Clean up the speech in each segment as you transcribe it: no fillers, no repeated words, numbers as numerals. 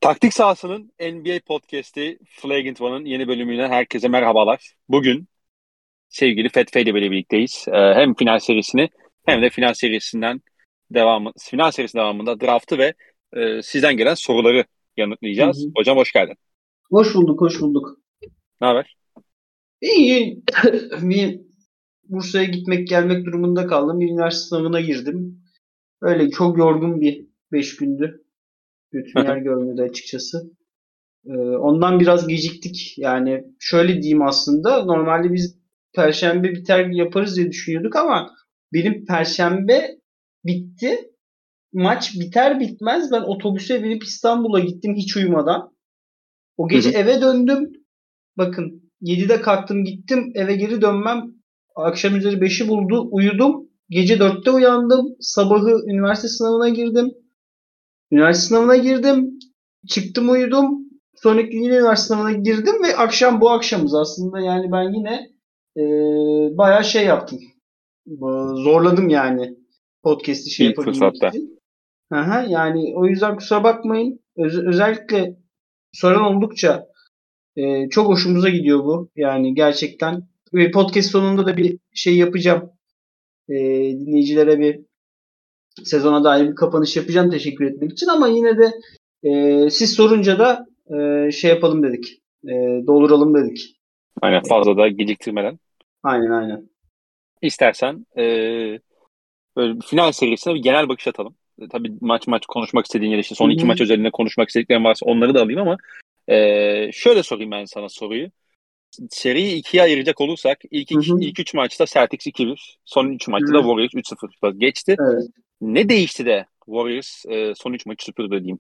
Taktik sahasının NBA podcast'i Flagrant One'ın yeni bölümüne herkese merhabalar. Bugün sevgili Fetfe ile birlikteyiz. Hem final serisini hem de final serisi devamında draftı ve sizden gelen soruları Hı yanıtlayacağız. hı. Hocam hoş geldin. Hoş bulduk, hoş bulduk. Ne haber? İyi, bir Bursa'ya gitmek gelmek durumunda kaldım. Bir üniversite sınavına girdim. Öyle çok yorgun bir 5 gündü. Götüm yer görmedi açıkçası. Ondan biraz geciktik. Yani şöyle diyeyim aslında. Normalde biz Perşembe biter yaparız diye düşünüyorduk ama benim Perşembe bitti. Maç biter bitmez ben otobüse binip İstanbul'a gittim hiç uyumadan. O Hı gece hı. eve döndüm. Bakın 7'de kalktım gittim eve geri dönmem akşam üzeri 5'i buldu uyudum. Gece 4'te uyandım. Sabahı üniversite sınavına girdim. Üniversite sınavına girdim. Çıktım uyudum. Sonraki yine üniversite sınavına girdim ve akşam bu akşamız aslında yani ben yine bayağı şey yaptım. Zorladım yani podcast'i şey İlk yapabilmek fırsatta. için. Aha, yani o yüzden kusura bakmayın. Özellikle soran oldukça çok hoşumuza gidiyor bu. Yani gerçekten. Ve podcast sonunda da bir şey yapacağım. Dinleyicilere bir sezona dair bir kapanış yapacağım teşekkür etmek için. Ama yine de siz sorunca da şey yapalım dedik. Dolduralım dedik. Aynen, fazla da geciktirmeden. Aynen aynen. İstersen böyle bir final serisine bir genel bakış atalım. Tabii maç konuşmak istediğin ya da işte Hı son iki hı. maç üzerinde konuşmak istediklerin varsa onları da alayım ama şöyle sorayım ben sana soruyu. Seriyi ikiye ayıracak olursak Hı hı. ilk üç maçta Celtics 2-1, son üç Hı maçta da hı. Warriors 3-0 geçti. Evet. Ne değişti de Warriors son üç maçı süpürdü diyeyim.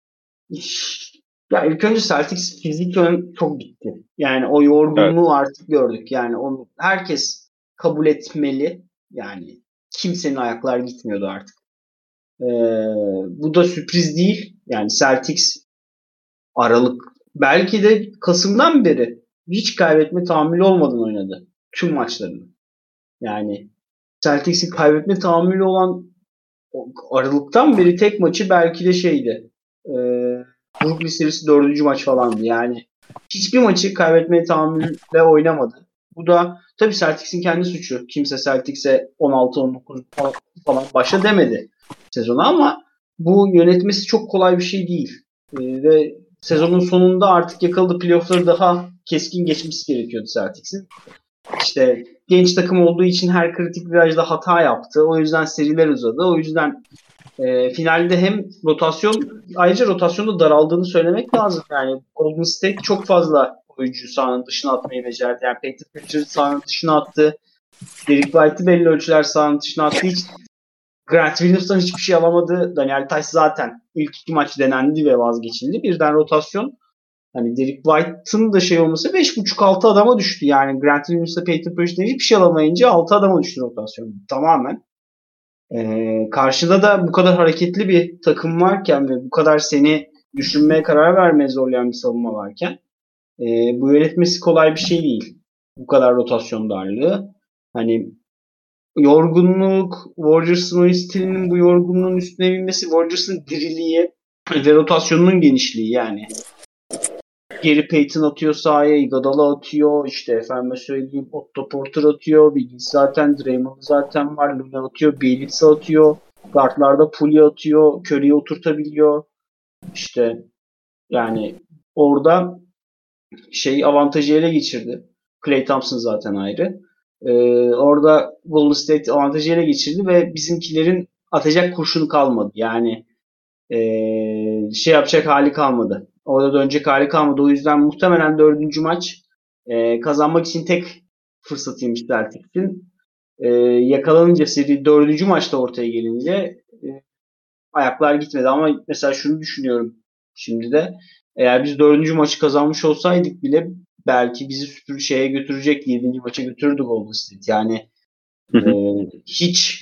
Ya ilk önce Celtics fiziken çok bitti. Yani o Evet. yorgunluğu artık gördük. Yani onu herkes kabul etmeli. Yani kimsenin ayaklar gitmiyordu artık. Ee, Bu da sürpriz değil. Yani Celtics Aralık belki de Kasım'dan beri hiç kaybetme tahammülü olmadan oynadı. Tüm maçlarını. Yani Celtics'in kaybetme tahammülü olan Aralık'tan beri tek maçı belki de şeydi. E, Brooklyn serisi dördüncü maç falandı. Yani hiçbir maçı kaybetmeye tahammülle oynamadı. Bu da tabii Celtics'in kendi suçu. Kimse Celtics'e 16-19 falan başla demedi sezona ama bu yönetmesi çok kolay bir şey değil. Ve sezonun sonunda artık yakaladığı playoff'ları daha keskin geçmesi gerekiyordu Celtics'in. İşte genç takım olduğu için her kritik virajda hata yaptı. O yüzden seriler uzadı. O yüzden finalde hem rotasyon ayrıca rotasyonda daraldığını söylemek lazım. Yani Golden State çok fazla oyuncu sahanın dışına atmayı becerdi. Yani Peyton Pritchard sahanın dışına attı. Derek White'ı belli ölçüler sahanın dışına attı. Hiç Grant Williams'tan hiçbir şey alamadı. Daniel Tice zaten ilk iki maç denendi ve vazgeçildi. Birden rotasyon hani Derek White'ın da şey olması 5,5-6 adama düştü. Yani Grant Williams'la Peyton Pritchard'dan hiçbir şey alamayınca 6 adama düştü rotasyon. Tamamen. Karşıda da bu kadar hareketli bir takım varken ve bu kadar seni düşünmeye karar vermeye zorlayan bir savunma varken e, bu yönetmesi kolay bir şey değil. Bu kadar rotasyon darlığı. Hani yorgunluk, Warriors'ın oyun stilinin bu yorgunluğun üstüne binmesi, Warriors'ın diriliği ve rotasyonunun genişliği yani. Geri Payton atıyor sahaya, Iguodala atıyor, işte efendime söyleyeyim Otto Porter atıyor, Wiggins zaten, Draymond zaten var, Luna atıyor, Bielitsa atıyor, guardlarda Puli atıyor, Curry'i oturtabiliyor. İşte yani orada şey avantajı ele geçirdi. Klay Thompson zaten ayrı. Orada Golden State avantajı ele geçirdi ve bizimkilerin atacak kurşunu kalmadı. Yani şey yapacak hali kalmadı. Orada dönecek hali kalmadı. O yüzden muhtemelen dördüncü maç kazanmak için tek fırsatıymış Celtics'in. Yakalanınca seri dördüncü maçta ortaya gelince ayaklar gitmedi. Ama mesela şunu düşünüyorum şimdi de. Eğer biz dördüncü maçı kazanmış olsaydık bile belki bizi şeye götürecek, yedinci maça götürürdü Golden State. Yani Hı hı. hiç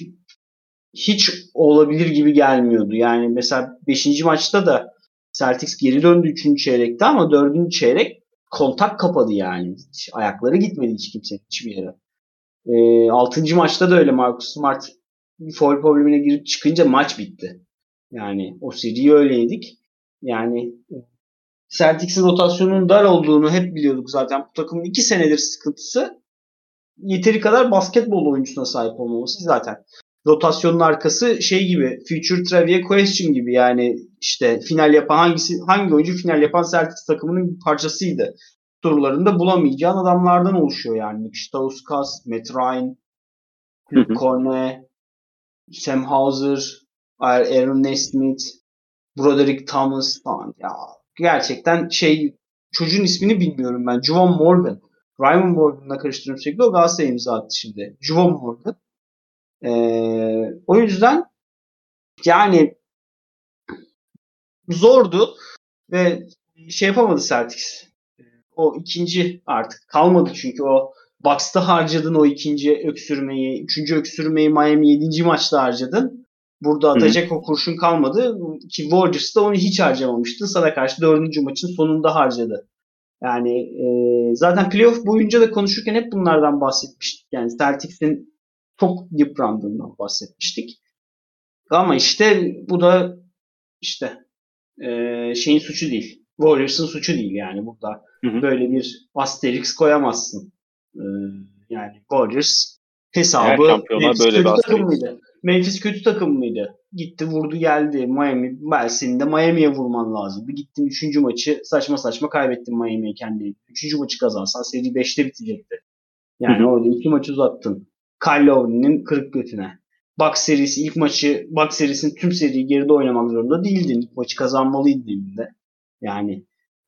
olabilir gibi gelmiyordu. Yani mesela beşinci maçta da Celtics geri döndü üçüncü çeyrekte ama dördüncü çeyrek kontak kapadı yani. Hiç ayakları gitmedi hiç kimsenin hiçbir yere. 6. maçta da öyle Marcus Smart foul problemine girip çıkınca maç bitti. Yani o seriyi öyle yedik. Yani Celtics'in rotasyonunun dar olduğunu hep biliyorduk zaten. Bu takımın 2 senedir sıkıntısı yeteri kadar basketbol oyuncusuna sahip olmaması zaten. Rotasyonun arkası şey gibi, future trivia question gibi, yani işte final yapan hangi oyuncu final yapan Celtics takımının bir parçasıydı. Sorularında bulamayacağın adamlardan oluşuyor yani. Nick Stauskas, Matt Ryan, Luke Cornet, Sam Hauser, Aaron Nesmith, Broderick Thomas falan. Ya gerçekten çocuğun ismini bilmiyorum ben. Juwan Morgan. Raymond Morgan'la karıştırıyorum sürekli. O Galatasaray'a imza attı şimdi. Juwan Morgan. O yüzden yani zordu ve şey yapamadı Celtics. O ikinci artık kalmadı çünkü o Bucks'ta harcadın o ikinci öksürmeyi, üçüncü öksürmeyi Miami 7. maçta harcadın. Burada atacak o kurşun kalmadı. Ki Warriors da onu hiç harcamamıştı. Sana karşı dördüncü maçın sonunda harcadı. Yani zaten playoff boyunca da konuşurken hep bunlardan bahsetmiştik. Yani Celtics'in çok yıprandığından bahsetmiştik. Ama işte bu da işte şeyin suçu değil. Warriors'ın suçu değil yani burada. Böyle bir asterix koyamazsın. E, Yani Warriors Her hesabı şampiyona Memphis böyle bir kötü takım asterix. mıydı? Memphis kötü takım mıydı? Gitti vurdu geldi. Miami, senin de Miami'ye vurman lazımdı. Gittin 3. maçı saçma saçma kaybettin Miami'ye kendi. 3. maçı kazansan seri 5'te bitecekti. Yani orada 2 maç uzattın. Kyle Lowry'nin kırık götüne. Bucks serisinin tüm seriyi geride oynamak zorunda değildin. İlk maçı kazanmalıydın elinde. Yani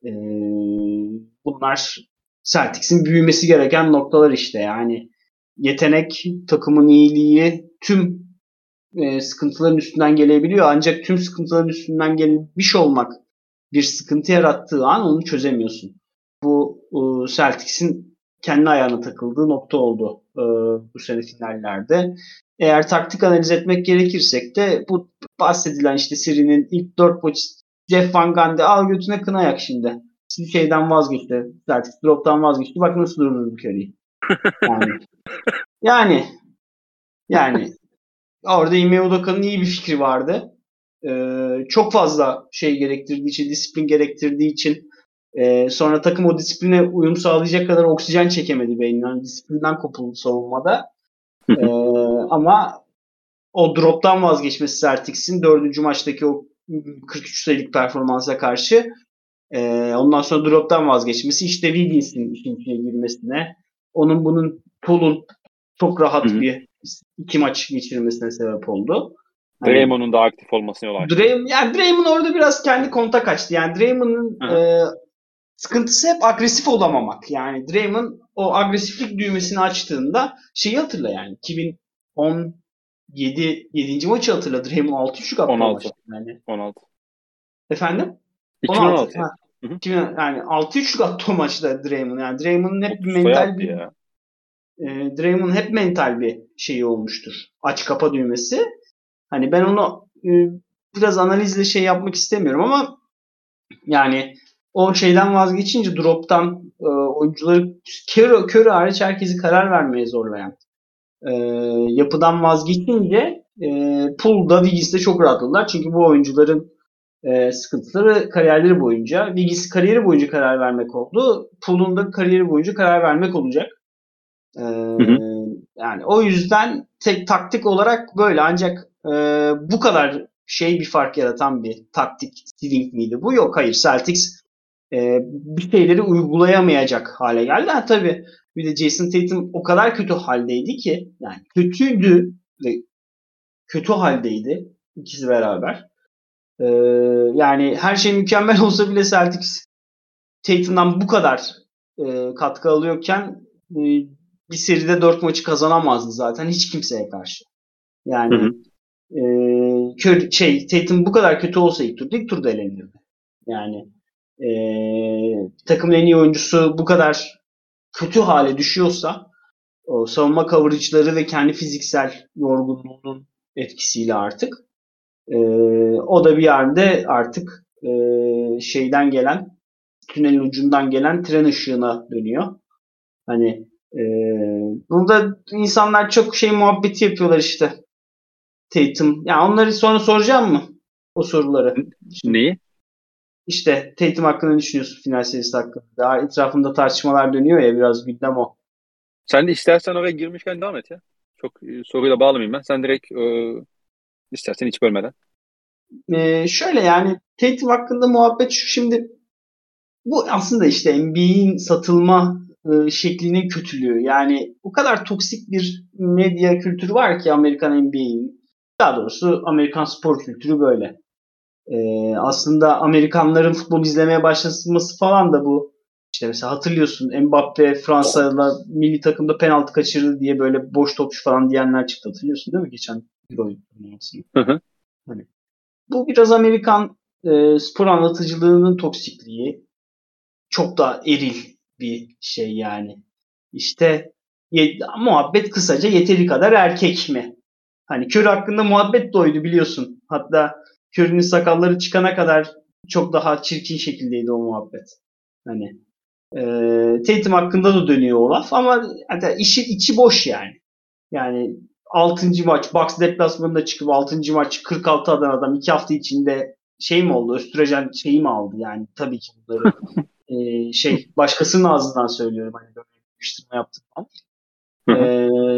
bunlar Celtics'in büyümesi gereken noktalar işte. Yani yetenek, takımın iyiliği, tüm sıkıntıların üstünden gelebiliyor. Ancak tüm sıkıntıların üstünden gelmiş olmak bir sıkıntı yarattığı an onu çözemiyorsun. Bu Celtics'in kendi ayağına takıldığı nokta oldu bu sene finallerde. Eğer taktik analiz etmek gerekirsek de bu bahsedilen işte serinin ilk 4 maçı Jeff Van Gundy al götüne kına yak şimdi. Şeyden vazgeçti. Celtics drop'tan vazgeçti. Bak nasıl durdurdu Curry'i. Yani yani yani orada Ime Udoka'nın iyi bir fikri vardı. Çok fazla şey gerektirdiği için, disiplin gerektirdiği için sonra takım o disipline uyum sağlayacak kadar oksijen çekemedi beyninden. Disiplinden kopuldu savunmada. Ama o drop'tan vazgeçmesi Celtics'in 4. maçtaki o 43 sayılık performansa karşı ondan sonra drop'tan vazgeçmesi işte Wiggins'in işin içine girmesine, bunun Pool'un çok rahat bir 2 maç geçirmesine sebep oldu. Hani Draymond'un da aktif olmasına yol açtı. Draymond orada biraz kendi kontak açtı. Yani Draymond'un sıkıntısı hep agresif olamamak. Yani Draymond o agresiflik düğmesini açtığında şeyi hatırla yani 2017 maçı hatırla. Draymond 6 üçlük attı o 16. maçta. Yani. 16. Efendim? 16. 2016. Yani 6 üçlük attı o maçta Draymond. Yani Draymond'un hep 30 sayı mental attı bir ya. Draymond hep mental bir şeyi olmuştur. Aç kapa düğmesi. Hani ben onu biraz analizle şey yapmak istemiyorum ama yani o şeyden vazgeçince drop'tan oyuncuları Curry hariç herkesi karar vermeye zorlayan yapıdan vazgeçince Pool'da Wiggins'te çok rahatladılar. Çünkü bu oyuncuların sıkıntıları kariyerleri boyunca, Wiggins kariyeri boyunca karar vermek oldu. Pool'un da kariyeri boyunca karar vermek olacak. Yani o yüzden taktik olarak böyle, ancak bu kadar bir fark yaratan bir taktik stealing miydi bu? Yok, hayır. Celtics bir şeyleri uygulayamayacak hale geldi. Tabii bir de Jason Tatum o kadar kötü haldeydi ki, yani kötüydü ve kötü haldeydi ikisi beraber. Yani her şey mükemmel olsa bile Celtics Tatum'dan bu kadar katkı alıyorken bir seride 4 maçı kazanamazdı zaten hiç kimseye karşı. Yani Tatum bu kadar kötü olsa ilk turda elenirdi. Yani takımın en iyi oyuncusu bu kadar kötü hale düşüyorsa o savunma coverage'ları ve kendi fiziksel yorgunluğunun etkisiyle artık o da bir yerde artık şeyden gelen, tünelin ucundan gelen tren ışığına dönüyor. Hani burada insanlar çok muhabbeti yapıyorlar işte. Tatum. Ya onları sonra soracağım mı? O soruları. Şimdi Neyi? İşte Tatum hakkında ne düşünüyorsun final serisi hakkında? Daha etrafında tartışmalar dönüyor ya, biraz gündem o. Sen de istersen oraya girmişken devam et ya. Çok soruyla bağlamayayım ben. Sen direkt istersen hiç bölmeden. Şöyle yani Tatum hakkında muhabbet şu, şimdi bu aslında işte NBA'in satılma şeklinin kötülüğü. Yani o kadar toksik bir medya kültürü var ki Amerikan NBA'in. Daha doğrusu Amerikan spor kültürü böyle. Aslında Amerikanların futbol izlemeye başlaması falan da bu. İşte mesela hatırlıyorsun, Mbappe Fransa'da milli takımda penaltı kaçırdı diye böyle boş topçu falan diyenler çıktı. Hatırlıyorsun değil mi geçen Euro turnuvasında? Hı hı. Hani bu biraz Amerikan spor anlatıcılığının toksikliği. Çok daha eril bir şey yani. İşte muhabbet kısaca yeteri kadar erkek mi? Hani Curry hakkında muhabbet doydu biliyorsun. Hatta Curry'nin sakalları çıkana kadar çok daha çirkin şekildeydi o muhabbet. Hani Tatum hakkında da dönüyor o laf ama hatta içi boş yani. Yani 6. maç Bucks deplasmanında çıkıp 6. maç 46 atan adam 2 hafta içinde şey mi oldu? Östrojen şeyi mi aldı yani? Tabii ki bunları başkasının ağzından söylüyorum. Hani böyle bir yapıştırma yaptım falan. Hı hı.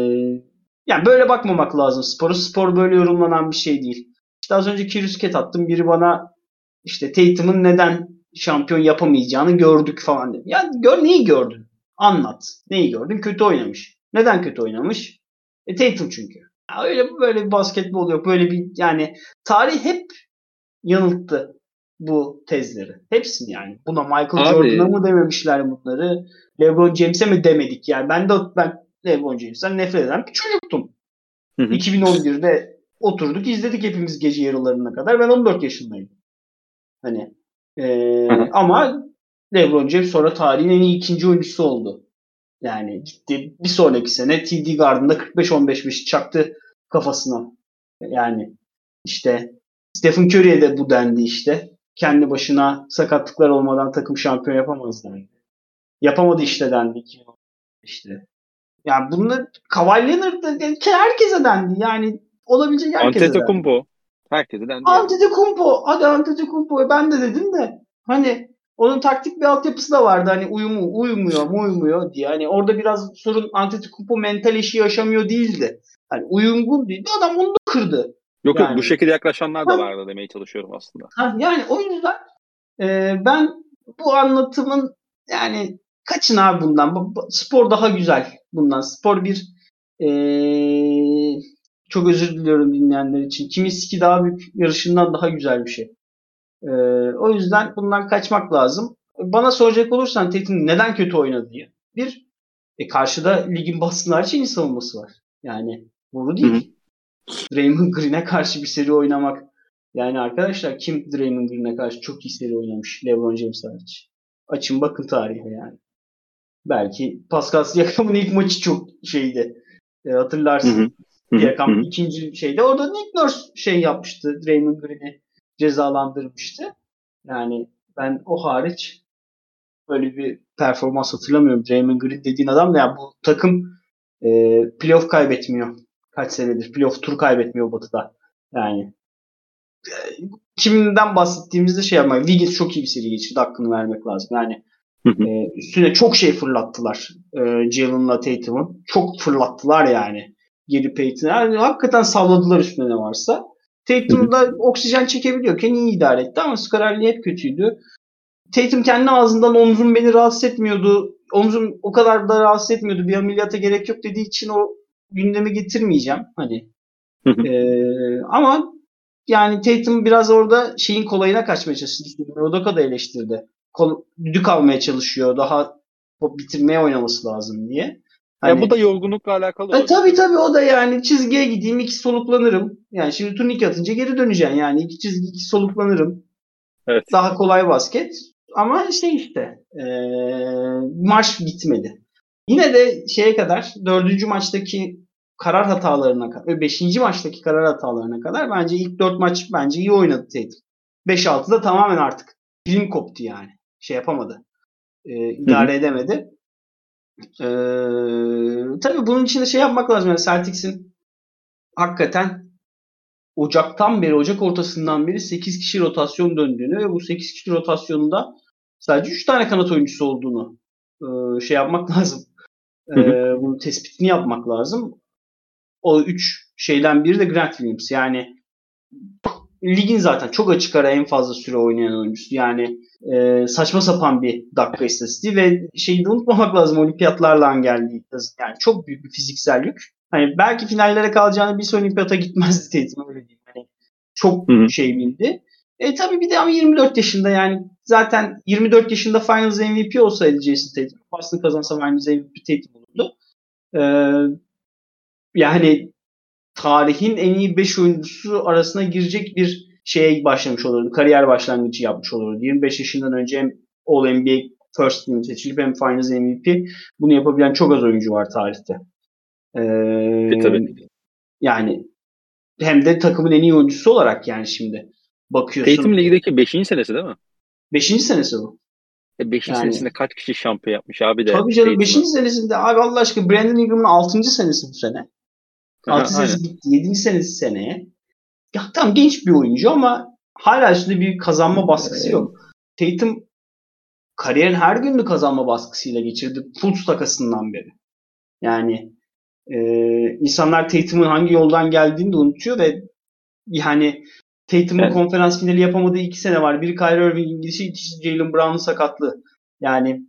Yani böyle bakmamak lazım spora. Spor böyle yorumlanan bir şey değil. İşte az önce Kirüsket attım. Biri bana işte Tatum'un neden şampiyon yapamayacağını gördük falan dedi. Ya neyi gördün? Anlat. Neyi gördün? Kötü oynamış. Neden kötü oynamış? Tatum çünkü. Ya öyle böyle bir basketbol yok. Böyle bir yani tarih hep yanılttı bu tezleri. Hepsini yani. Buna Michael Jordan'a Abi mı dememişler bunları? LeBron James'e mi demedik yani? Ben LeBron James'ten nefret eden bir çocuktum. hı hı. 2011'de oturduk izledik hepimiz gece yarılarına kadar. Ben 14 yaşındaydım. Hani Hı hı. ama LeBron James sonra tarihin en iyi ikinci oyuncusu oldu. Yani gitti bir sonraki sene TD Garden'da 45-15 çaktı kafasına. Yani işte Stephen Curry'e de bu dendi işte. Kendi başına sakatlıklar olmadan takım şampiyon yapamaz dendi. Yapamadı işte dendi ki işte. Yani bunlar Kawhi Leonard da herkese dendi. Yani olabilecek herkese dendi. Antetokounmpo. Herkese dendi yani. Antetokounmpo. Hadi Antetokounmpo'yu ben de dedim de hani onun taktik bir altyapısı da vardı. Hani uyumuyor diye. Hani orada biraz sorun Antetokounmpo mental eşi yaşamıyor değildi. Hani uygun değildi. Adam onu da kırdı. Yok yok, bu Yani. şekilde yaklaşanlar da Ha, vardı demeye çalışıyorum aslında. yani o yüzden ben bu anlatımın yani kaçın abi bundan. Spor daha güzel bundan. Spor bir çok özür diliyorum dinleyenler için. Kimisiki daha büyük yarışından daha güzel bir şey. O yüzden bundan kaçmak lazım. Bana soracak olursan Tatum neden kötü oynadı diye. Bir, karşıda ligin basın hariç en iyi savunması var. Yani doğru Hı hı. değil. Draymond Green'e karşı bir seri oynamak. Yani arkadaşlar kim Draymond Green'e karşı çok iyi seri oynamış? LeBron James hariç. Açın bakın tarihe yani. Belki Pascal Siakam'ın ilk maçı çok şeydi. Hı hı. Hatırlarsın. Hı hı. Hı Siakam hı. ikinci şeyde. Orada Nick Nurse şey yapmıştı. Draymond Green'i cezalandırmıştı. Yani ben o hariç böyle bir performans hatırlamıyorum. Draymond Green dediğin adam da yani bu takım playoff kaybetmiyor. Kaç senedir playoff tur kaybetmiyor Batı'da. Yani kimden bahsettiğimizde şey yapmak. Wiggins çok iyi bir seri geçirdi. Hakkını vermek lazım. Yani Hı hı. üstüne çok şey fırlattılar. Jalen'la Tatum'un. Çok fırlattılar yani. Geri Payton'ı. Yani hakikaten salladılar üstüne ne varsa. Hı hı. Tatum da oksijen çekebiliyorken iyi idare etti ama skorerliği hep kötüydü. Tatum kendi ağzından omzum beni rahatsız etmiyordu. Omzum o kadar da rahatsız etmiyordu. Bir ameliyata gerek yok dediği için o gündeme getirmeyeceğim. Hani Hı hı. ama yani Tatum biraz orada şeyin kolayına kaçmaya çalıştı. Udoka da eleştirdi. Düdük almaya çalışıyor. Daha bitirmeye oynaması lazım diye. Ya bu Hani da yorgunlukla alakalı olabilir tabii tabii. tabii o da yani çizgiye gideyim iki soluklanırım. Yani şimdi turnike atınca geri döneceksin yani iki çizgi iki soluklanırım. Evet. Daha kolay basket. Ama şey işte maç bitmedi. Yine de şeye kadar dördüncü maçtaki karar hatalarına kadar, beşinci maçtaki karar hatalarına kadar bence ilk dört maç bence iyi oynadı Tatum. 5-6'da tamamen artık film koptu yani. Şey yapamadı. Hı hı. İdare edemedi. E, tabii bunun için de şey yapmak lazım. Yani Celtics'in hakikaten Ocak'tan beri, Ocak ortasından beri 8 kişi rotasyon döndüğünü ve bu 8 kişi rotasyonunda sadece 3 tane kanat oyuncusu olduğunu şey yapmak lazım. Bunun tespitini yapmak lazım. O 3 şeyden biri de Grant Williams. Yani ligin zaten çok açık ara en fazla süre oynayan oyuncusu. Yani saçma sapan bir dakika istatistiği ve şeyi de unutmamak lazım, olimpiyatlarla geldiği. Yani çok büyük bir fiziksel yük. Hani belki finallere kalacağını bir olimpiyata gitmezdi Tatum, öyle diyeyim. Hani çok şey bildi. Tabii bir de ama 24 yaşında, yani zaten 24 yaşında Finals MVP olsaydı Jason Tatum, Boston kazansa Finals MVP Tatum olurdu. Yani tarihin en iyi 5 oyuncusu arasına girecek bir şeye başlamış olurdu. Kariyer başlangıcı yapmış olurdu. 25 yaşından önce hem All-NBA First Team seçilip hem Finals MVP, bunu yapabilen çok az oyuncu var tarihte. Tabii. Yani hem de takımın en iyi oyuncusu olarak, yani şimdi bakıyorsun. Tatum ligdeki 5. senesi değil mi? 5. senesi bu. 5. Yani, senesinde kaç kişi şampiyon yapmış abi de tabii canım, 5. Tatum'a. senesinde abi Allah aşkına, Brandon Ingram'ın 6. senesi bu sene. 6 Aynen. senesi bitti. 7. senesi seneye. Ya tam genç bir oyuncu ama hala üstünde bir kazanma baskısı yok. Tatum kariyerin her gününü kazanma baskısıyla geçirdi. Fultz takasından beri. Yani insanlar Tatum'un hangi yoldan geldiğini de unutuyor ve yani Tatum'un konferans finali yapamadığı 2 sene var. Biri Kyrie Irving'in gidişi, ikincisi Jaylen Brown'un sakatlığı. Yani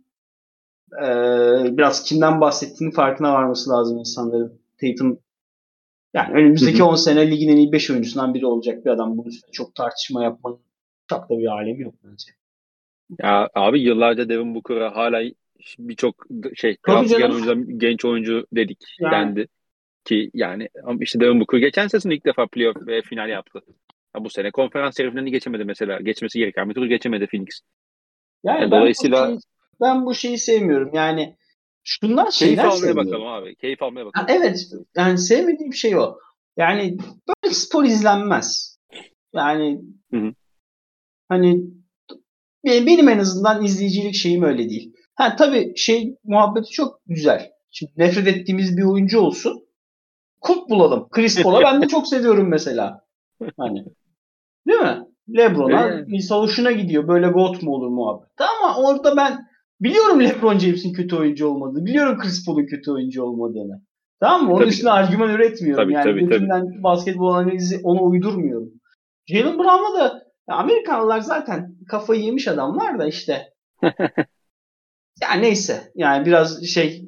biraz kimden bahsettiğinin farkına varması lazım insanların. Tatum yani önümüzdeki 10 sene ligin en iyi 5 oyuncusundan biri olacak bir adam. Bunun üstüne çok tartışma yapmanın çok da bir alemi yok bence. Ya abi yıllarca Devin Booker'a hala birçok Tabii draft gelen canım. oyuncudan genç oyuncu dedik Yani dendi ki yani ama işte Devin Booker geçen sezon ilk defa playoff ve final yaptı. Bu sene konferans yarı geçemedi mesela. Geçmesi gereken bir tur geçemedi Phoenix. yani Dolayısıyla ben bu şeyi sevmiyorum. Yani şundan keyif şeyler almaya bakalım sevmiyorum. abi. Keyif almaya Ha, bakalım. evet, yani sevmediğim şey o. Yani böyle spor izlenmez. Yani Hı hı. hani benim en azından izleyicilik şeyim öyle değil. Ha tabii şey muhabbeti çok güzel. Şimdi nefret ettiğimiz bir oyuncu olsun. Kulp bulalım. Chris Paul'a ben de çok seviyorum mesela. Hani değil mi? LeBron'a Yani, insan hoşuna gidiyor. Böyle GOAT mu olur muhabbet. Ama orada ben biliyorum LeBron James'in kötü oyuncu olmadığını. Biliyorum Chris Paul'un kötü oyuncu olmadığını. Tamam mı? Onun tabii üstüne argüman üretmiyorum. tabii Yani tabii tabii. götümden basketbol analizi ona uydurmuyorum. Jaylen Brown'la da Amerikanlılar zaten kafayı yemiş adamlar da işte. Yani neyse. Yani biraz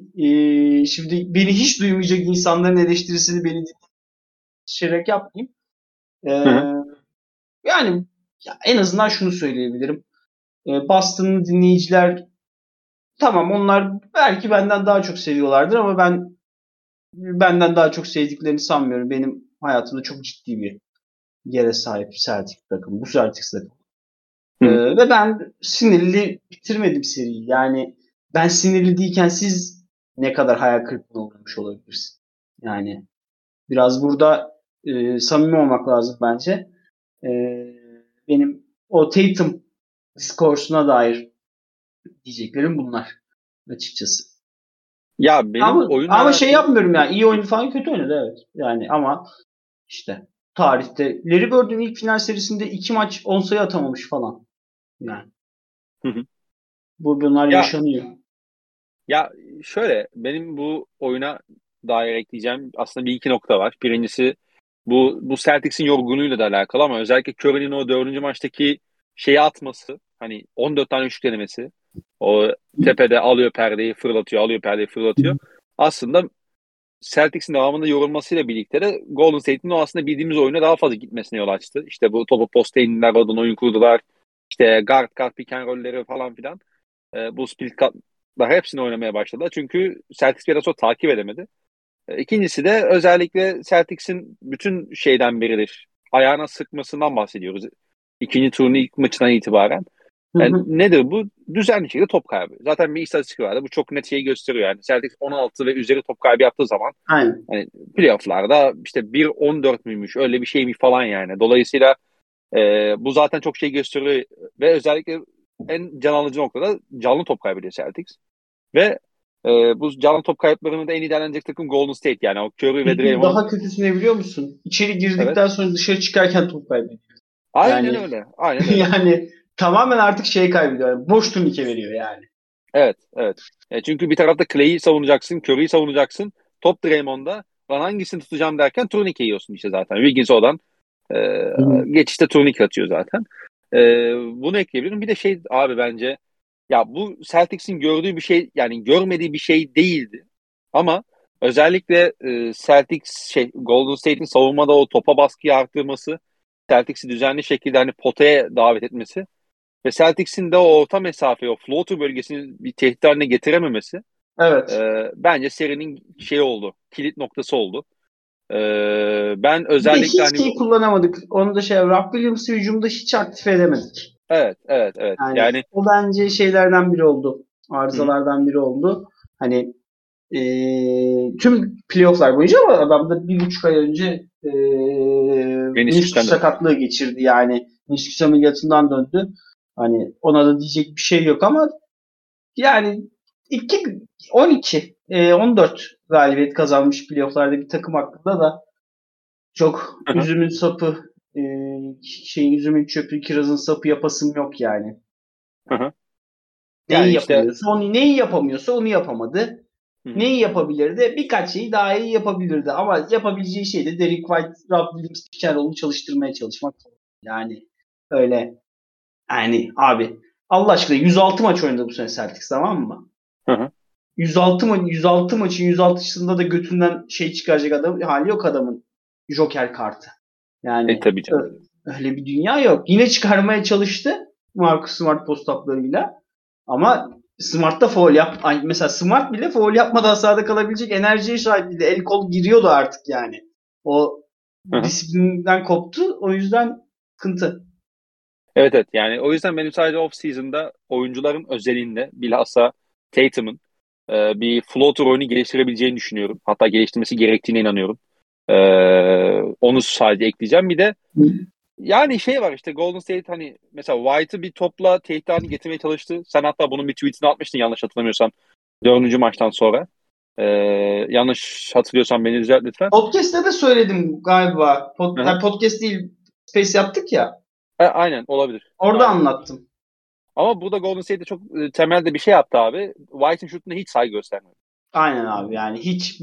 şimdi beni hiç duymayacak insanların eleştirisini beni dinleyerek yapmayayım. E, Hı hı. Yani ya en azından şunu söyleyebilirim. Boston'ın dinleyiciler, tamam, onlar belki benden daha çok seviyorlardır ama ben benden daha çok sevdiklerini sanmıyorum. Benim hayatımda çok ciddi bir yere sahip Celtic takım. Bu Celtics takım. Hı hı. Ve ben sinirli bitirmedim seriyi. Yani ben sinirli değilken siz ne kadar hayal kırıklığına uğramış olabilirsiniz. Yani biraz burada samimi olmak lazım bence. E, Benim o Tatum diskursuna dair diyeceklerim bunlar açıkçası. Ya benim oyunla Ama şey alakalı yapmıyorum yani, iyi oynadı falan, kötü oynadı evet. Yani ama işte tarihte Larry Bird'ün ilk final serisinde 2 maç 10 sayı atamamış falan. Yani hı hı. bunlar Ya yaşanıyor. ya şöyle benim bu oyuna dair ekleyeceğim aslında bir iki nokta var. Birincisi bu Celtics'in yorgunluğuyla da alakalı ama özellikle Curry'nin o dördüncü maçtaki şeyi atması, hani 14 tane üçlük denemesi, o tepede alıyor perdeyi fırlatıyor, alıyor perdeyi fırlatıyor. Aslında Celtics'in devamında yorulmasıyla birlikte de Golden State'in o aslında bildiğimiz oyuna daha fazla gitmesine yol açtı. İşte bu topu posta indiler, oradan oyun kurdular. İşte guard pick and roll'leri falan filan. Bu split cut'lar hepsini oynamaya başladılar. Çünkü Celtics biraz o takip edemedi. İkincisi de özellikle Celtics'in bütün şeyden biridir. Ayağına sıkmasından bahsediyoruz. İkinci turun ilk maçından itibaren. Hı Yani hı. nedir bu? Düzenli şekilde top kaybı. Zaten bir istatistik vardı. Bu çok net şeyi gösteriyor yani. Celtics 16 ve üzeri top kaybı yaptığı zaman Aynen. hani playoff'larda işte 1-14 müymüş öyle bir şey mi falan yani. Dolayısıyla bu zaten çok şey gösteriyor ve özellikle en can alıcı noktada canlı top kaybediyor Celtics. Ve Bu canlı top kayıplarını da en iyi değerlendirecek takım Golden State. Yani o Curry ve Peki Draymond. daha kötüsü ne biliyor musun? İçeri Evet. girdikten sonra dışarı çıkarken top kaybediyor. Aynen Yani öyle. Aynen öyle. yani tamamen artık şey kaybediyor. Yani boş turnike veriyor yani. Evet. Evet. Çünkü bir tarafta Clay'i savunacaksın, Curry'i savunacaksın. Top Draymond'da. Lan hangisini tutacağım derken turnike yiyorsun işte zaten. Wiggins oradan geçişte turnike atıyor zaten. E, Bunu ekleyebilirim. Bir de şey abi bence ya bu Celtics'in gördüğü bir şey yani görmediği bir şey değildi. Ama özellikle Celtics Golden State'in savunmada o topa baskıyı arttırması, Celtics'i düzenli şekilde hani potaya davet etmesi ve Celtics'in de o orta mesafe, o floater bölgesini bir tehdit haline getirememesi Evet. bence serinin şey oldu, kilit noktası oldu. Ben Bir de özellikle hiç hani şey kullanamadık. Onu da Rob Williams'ı hücumda hiç aktif edemedik. evet, evet, evet. Yani Yani o bence şeylerden biri oldu. hı hı, Arızalardan biri oldu. Hani tüm playofflar boyunca ama adam da 1,5 ay önce menisküs menisküsten döndü. sakatlığı geçirdi. Yani menisküs ameliyatından döndü. Hani ona da diyecek bir şey yok ama yani 2 12 14 galibiyet kazanmış playofflarda bir takım hakkında da çok Hı hı. üzümün sapı üzümün çöpü kirazın sapı yapasım yok yani. Hı hı. Neyi Yani işte yapamıyorsa onu neyi yapamıyorsa onu yapamadı. hı hı. Neyi yapabilirdi? Birkaç şeyi daha iyi yapabilirdi. Ama yapabileceği şey de Derek White, Rob Williams, Pikenroll'u çalıştırmaya çalışmak. Yani öyle yani abi Allah aşkına 106 maç oynadı bu sene Celtics, tamam mı? Hı hı. 106 maçın 106'sında da götünden şey çıkaracak adam hali yok adamın. Joker kartı. Yani Tabii canım. öyle bir dünya yok. Yine çıkarmaya çalıştı Marcus Smart post-up'larıyla. Ama Smart'ta foul yap. Mesela Smart bile foul yapmadan sahada kalabilecek enerjiye sahip değildi. El kol giriyordu artık yani. O Hı hı. disiplinden koptu. O yüzden sıkıntı. Evet, evet, yani o yüzden benim sadece off season'da oyuncuların özelinde bilhassa Tatum'un bir floater oyunu geliştirebileceğini düşünüyorum. Hatta geliştirmesi gerektiğine inanıyorum. Onu sadece ekleyeceğim. Bir de yani şey var işte Golden State hani mesela White'ı bir topla tehdit haline getirmeye çalıştı. Sen hatta bunun bir tweetini atmıştın yanlış hatırlamıyorsam. Dördüncü maçtan sonra. Ee, Yanlış hatırlıyorsam beni düzelt lütfen. Podcast'te de söyledim galiba. Hı hı. Podcast değil, Space yaptık ya. Aynen olabilir. Orada Aynen. anlattım. Ama burada Golden State'de çok temelde bir şey yaptı abi. White'in şutuna hiç saygı göstermedi. Aynen abi yani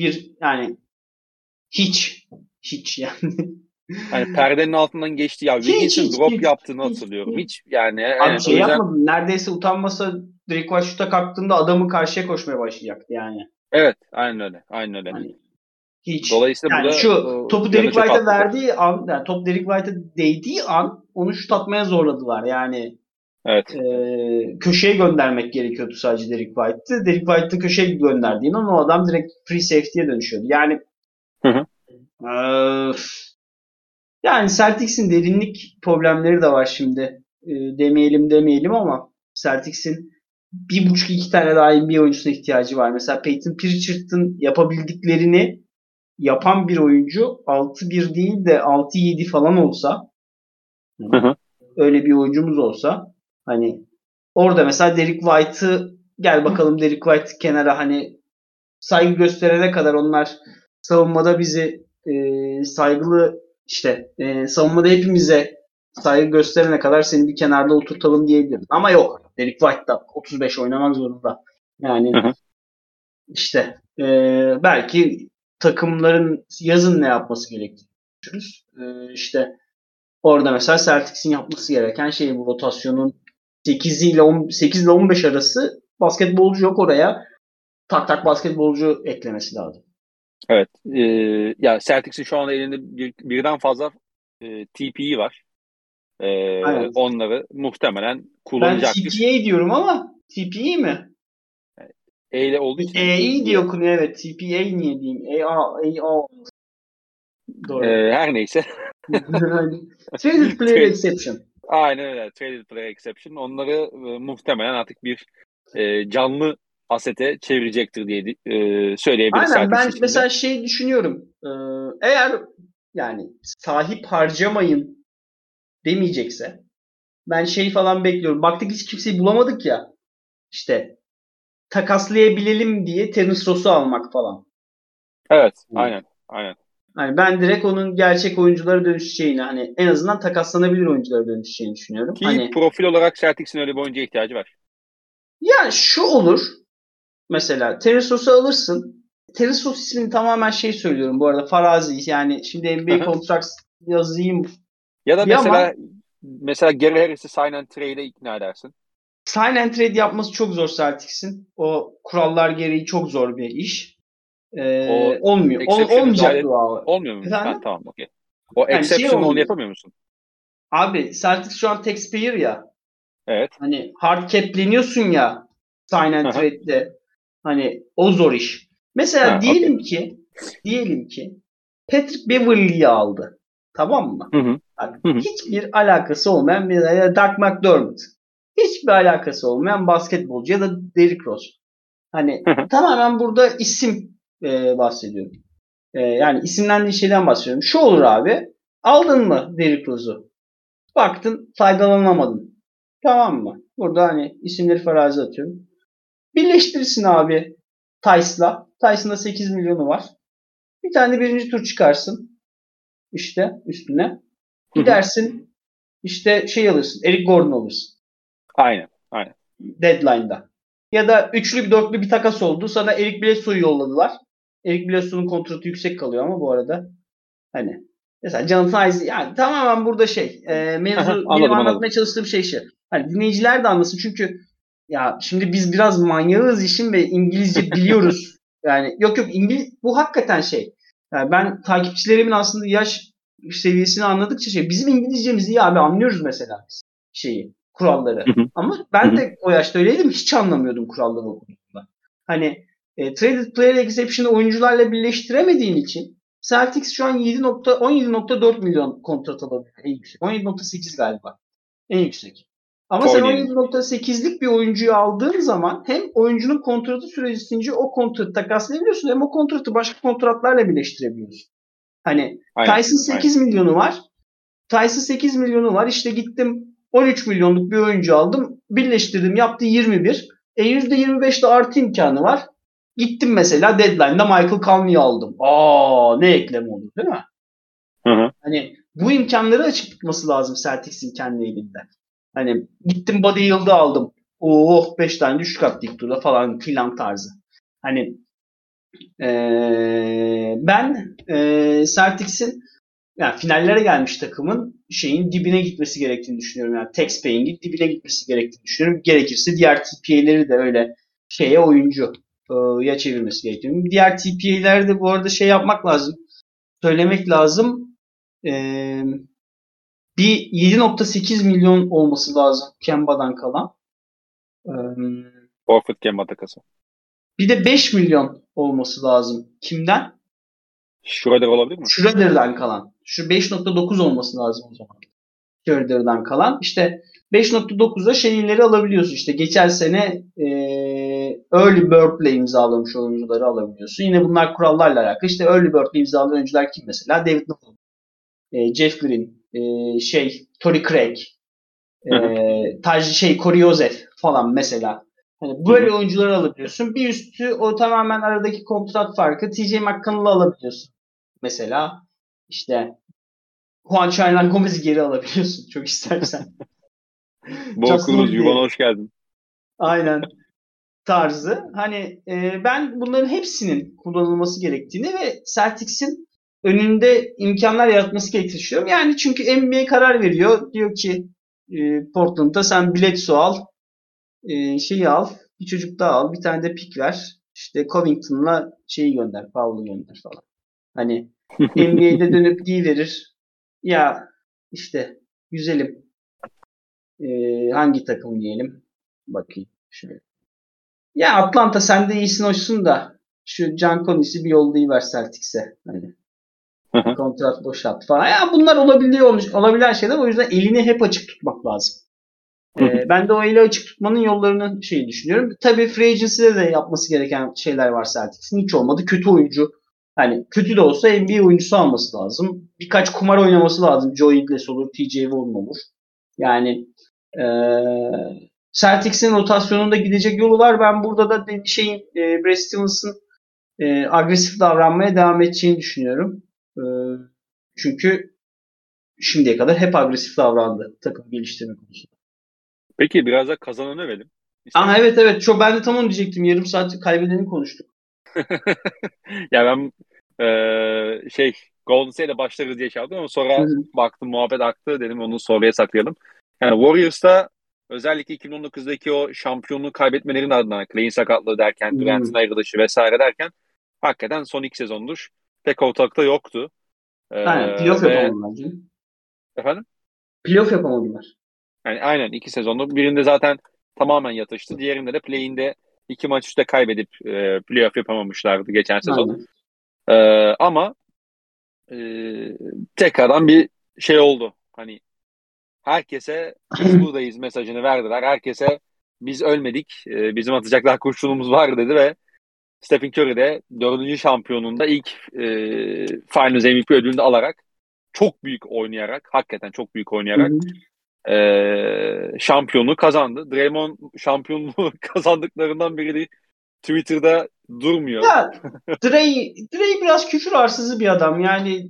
hiç yani. Hani perdenin altından geçti ya. Hiç Wiggins'in hiç drop hiç yaptığını hiç. hatırlıyorum. Hiç yani Abi aynen o şey yüzden yapmadı. Neredeyse utanmasa Derek White şuta kalktığında adamı karşıya koşmaya başlayacaktı yani. evet aynen öyle. Aynen öyle. Hani hiç. Dolayısıyla bu Yani da şu topu planı Derek çöpe White'a attı. verdiği an, yani top Derek White'a değdiği an onu şut atmaya zorladılar. Yani Evet. köşeye göndermek gerekiyordu sadece Derek White'ı. Derek White'ı köşeye gönderdiğin an o adam direkt free safety'ye dönüşüyordu. Yani Hı hı. e, yani Celtics'in derinlik problemleri de var şimdi. Demeyelim ama Celtics'in 1,5-2 tane daha iyi bir oyuncusuna ihtiyacı var. Mesela Peyton Pritchard'ın yapabildiklerini yapan bir oyuncu 6-1 değil de 6-7 falan olsa, Hı hı. öyle bir oyuncumuz olsa hani orada mesela Derek White'ı gel bakalım Derek White kenara hani saygı gösterene kadar onlar savunmada bizi saygılı işte savunmada hepimize saygı gösterene kadar seni bir kenarda oturtalım diyebilirim. Ama yok. Derek White da 35 oynamak zorunda. Hı Yani hı. işte belki takımların yazın ne yapması gerektiğini düşünürüz. İşte orada mesela Celtics'in yapması gereken şey bu rotasyonun 8 ile 15 arası basketbolcu yok oraya. Tak tak basketbolcu eklemesi lazım. Evet. Ya Celtics'in şu anda elinde birden fazla TP'yi var. Aynen. Onları muhtemelen Ben kullanacaktır. TPA diyorum ama TPE mi? E ile olduğu için mi EI diye TP'ye? okunuyor, evet. TPA niye diyeyim? EA. Doğru. Her neyse. Traded player Trade, exception. aynen öyle. Traded player exception. Onları muhtemelen artık bir canlı asete çevirecektir diye söyleyebiliriz Aynen, Celtics ben için de. mesela şey düşünüyorum. Eğer yani sahip harcamayın demeyecekse ben şey falan bekliyorum. Baktık hiç kimseyi bulamadık ya. İşte takaslayabilelim diye Terence Ross'u almak falan. Evet, Yani, aynen. hani ben direkt onun gerçek oyunculara dönüşeceğini, hani en azından takaslanabilir oyunculara dönüşeceğini düşünüyorum. Ki Hani profil olarak Celtics'in öyle bir oyuncuya ihtiyacı var. ya şu olur. Mesela Terence Ross'u alırsın. Terence Ross ismini tamamen söylüyorum bu arada, farazi. Yani şimdi NBA contracts yazayım Ya da diye ama mesela Gary Harris'i sign and trade'e ikna edersin. sign and trade yapması çok zor Celtics'in. O kurallar gereği çok zor bir iş. O Olmuyor. exception'ı dahil Olmayacak bu abi. olmuyor muymuş? Ha, Efendim? tamam, okey. O Yani exception'ı onu olmuyor. yapamıyor musun? Abi Celtics şu an taxpayer ya. Evet. Hani hard cap'leniyorsun ya sign and Aha. trade'de. Hani o zor iş. Mesela Ha, okey. diyelim ki Patrick Beverley'i aldı. Tamam mı? Hı hı. Bak, Hı hı. hiçbir alakası olmayan bir Doug McDermott. Hiçbir alakası olmayan basketbolcu ya da Derrick Rose. Hani Hı hı. tamamen burada isim bahsediyorum. Yani isimlendiği şeyden bahsediyorum. Şu olur abi. Aldın mı Derrick Rose'u? Baktın faydalanamadın. Tamam mı? Burada hani isimleri farazi atıyorum. Birleştirirsin abi Tice'la. Tice'ın da 8 milyonu var. Bir tane birinci tur çıkarsın işte üstüne. Hı hı. Gidersin işte alırsın. Eric Gordon alırsın. Aynen. Deadline'da. Ya da üçlü dörtlü bir takas oldu. Sana Eric Bledsoe'yu yolladılar. Eric Bledsoe'nun kontratı yüksek kalıyor ama bu arada hani mesela Jonathan Isaac, yani tamamen burada Aha, mevzu, benim anladım. anlatmaya çalıştığım şey. Hani dinleyiciler de anlasın çünkü ya şimdi biz biraz manyağız işin ve İngilizce biliyoruz. Yani yok İngiliz bu hakikaten Yani ben takipçilerimin aslında yaş seviyesini anladıkça bizim İngilizcemiz iyi abi, anlıyoruz mesela biz kuralları. Hı hı. Ama Hı ben hı. de o yaşta öyleydim, hiç anlamıyordum kuralları okuduğumda. Hani traded player exception'ı oyuncularla birleştiremediğin için Celtics şu an 17.4 milyon kontrat alabiliyor en yüksek. 17.8 galiba en yüksek. Ama sen Fournier'in. 17.8'lik bir oyuncuyu aldığın zaman hem oyuncunun kontratı süresince o kontratı takaslayabiliyorsun hem o kontratı başka kontratlarla birleştirebiliyorsun. Hani Tyson Aynen. 8 milyonu var. Tyson 8 milyonu var. İşte gittim 13 milyonluk bir oyuncu aldım. Birleştirdim. Yaptı 21. %25 de artı imkanı var. Gittim mesela deadline'da Michael Conley'i aldım. Ne ekleme olur değil mi? Hı hı. Hani bu imkanları açık tutması lazım Celtics'in kendi elinde. Hani gittim Buddy Yield'ı aldım. 5 tane düşük attı ilk turda falan filan tarzı. Hani ben Celtics'in yani finallere gelmiş takımın dibine gitmesi gerektiğini düşünüyorum. Yani taxpaying'in dibine gitmesi gerektiğini düşünüyorum. Gerekirse diğer TPA'leri de öyle oyuncu ya çevirmesi gerekiyor. Diğer TPA'leri de bu arada yapmak lazım. Söylemek lazım. Ee, Bir 7.8 milyon olması lazım Kemba'dan kalan. Ee, Forfeit Kemba takası. Bir de 5 milyon olması lazım. Kimden? Schroeder olabilir mi? Schroeder'dan kalan. Şu 5.9 olması lazım o zaman. Schroeder'dan kalan. İşte 5.9'a şeyleri alabiliyorsun. İşte geçen sene Early Bird'le imzalamış oyuncuları alabiliyorsun. Yine bunlar kurallarla alakalı. İşte Early Bird'le imzalayan oyuncular kim mesela? David Nolan, Jeff Green, Torrey Craig, Hı hı. Corey Joseph falan mesela. Hani Hı böyle hı. oyuncuları alabiliyorsun. Bir üstü o tamamen aradaki kontrat farkı. TJ McConnell'ı alabiliyorsun. Mesela işte Juan Hernan Gomez'i geri alabiliyorsun çok istersen. Bo Justin Cruz, Yuvan Holiday'i. hoş geldin. Aynen tarzı. Hani ben bunların hepsinin kullanılması gerektiğini ve Celtics'in önünde imkanlar yaratması gerektiğini düşünüyorum. Yani çünkü NBA karar veriyor. Diyor ki Portland'da sen Bledsoe al, al, bir çocuk daha al, bir tane de pick ver. İşte Covington'la gönder, Powell'ı gönder falan. Hani NBA'de dönüp verir. Ya işte güzelim. Hangi takım diyelim? Bakayım şöyle. Ya Atlanta sen de iyisin hoşsun da şu Can Collins'i bir yollayıver Celtics'e. Hani Hı bir hı. kontrat boşalt falan. Ya bunlar olabilen şeyler. O yüzden elini hep açık tutmak lazım. Hı hı. Ben de o eli açık tutmanın yollarını düşünüyorum. Tabii Free Agency'de de yapması gereken şeyler var Celtics'in. Hiç olmadı kötü oyuncu. Hani kötü de olsa NBA oyuncusu alması lazım. Birkaç kumar oynaması lazım. Joe Ingles olur, TJ Warren olur. Yani Celtics'in rotasyonunda gidecek yolu var. Ben burada da Brad Stevens'ın agresif davranmaya devam edeceğini düşünüyorum. Çünkü şimdiye kadar hep agresif davrandı takım geliştirme konusunda. Peki biraz da kazananı verelim. Evet. Ben de tam onu diyecektim. Yarım saat kaybedeni konuştuk. Ya ben Golden State'le başlarız diye çaldım ama sonra baktım muhabbet aktı, dedim onu sonraya saklayalım. Yani Warriors'ta özellikle 2019'daki o şampiyonluğu kaybetmelerinin ardından Clay'in sakatlığı derken, Durant'in ayrılışı vesaire derken hakikaten son 2 sezondur pek ortalıkta yoktu. Aynen. Playoff Ve yapamadılar canım. efendim? Playoff yapamadılar. Yani aynen 2 sezondur. Birinde zaten tamamen yatıştı. Diğerinde de play-in'de 2 maç üstte kaybedip playoff yapamamışlardı geçen sezon. Aynen. Ama e, tekrardan bir şey oldu. Hani herkese biz buradayız mesajını verdiler. Herkese biz ölmedik, bizim atacaklar kurşunumuz var dedi ve Stephen Curry de 4. şampiyonunda ilk Finals MVP ödülünü de alarak, çok büyük oynayarak, hakikaten çok büyük oynayarak şampiyonluğu kazandı. Draymond şampiyonluğu kazandıklarından biri de Twitter'da durmuyor. Ya Dre biraz küfür arsızı bir adam. Yani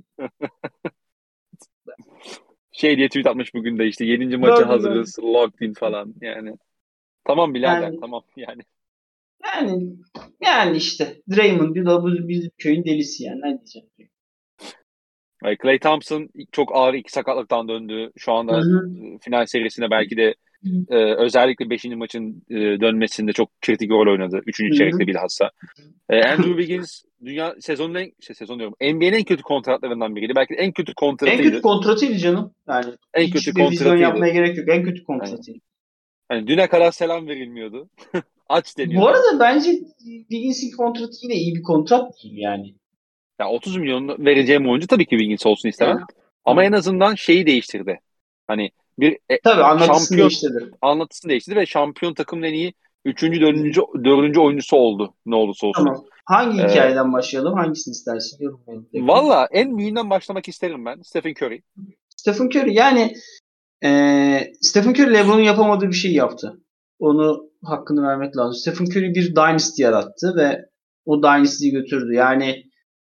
Diye tweet atmış bugün de, işte 7. maça gördüm. hazırız, locked in falan yani. Tamam birader, Yani tamam yani. yani yani işte Draymond bir de bu bizim köyün delisi yani. Ne diyeceğim? Klay Thompson çok ağır 2 sakatlıktan döndü. Şu Hı anda hı. final serisinde belki de özellikle 5. maçın dönmesinde çok kritik bir rol oynadı. Hı 3. çeyrekte hı. bilhassa. Andrew Wiggins dünya sezonun sezon diyorum, NBA'nin en kötü kontratlarından biriydi. Belki de en kötü En kötü kontratıydı. kontratıydı canım. Yani En kötü hiç revizyon kontratıydı. yapmaya gerek yok. En kötü Yani, kontratıydı. hani düne kadar selam verilmiyordu. Aç Bu deniyordu. arada bence Wiggins'in kontratı yine iyi bir kontrat değil yani. Ya 30 milyon vereceğim oyuncu tabii ki Wiggins olsun istemem. Yani. Ama en azından şeyi değiştirdi. Hani bir Tabii anlatısını şampiyon değiştirdi. anlatısını değiştirdi ve şampiyon takımın en iyi 3. 4. oyuncusu oldu ne olursa olsun. Tamam. Hangi Ee, hikayeden başlayalım? Hangisini istersin? Yorumlayalım tekrar. Valla en büyüğünden başlamak isterim ben. Stephen Curry. Stephen Curry yani Stephen Curry LeBron'un yapamadığı bir şey yaptı. Onu hakkını vermek lazım. Stephen Curry bir dynasty yarattı ve o dynasty'yi götürdü. Yani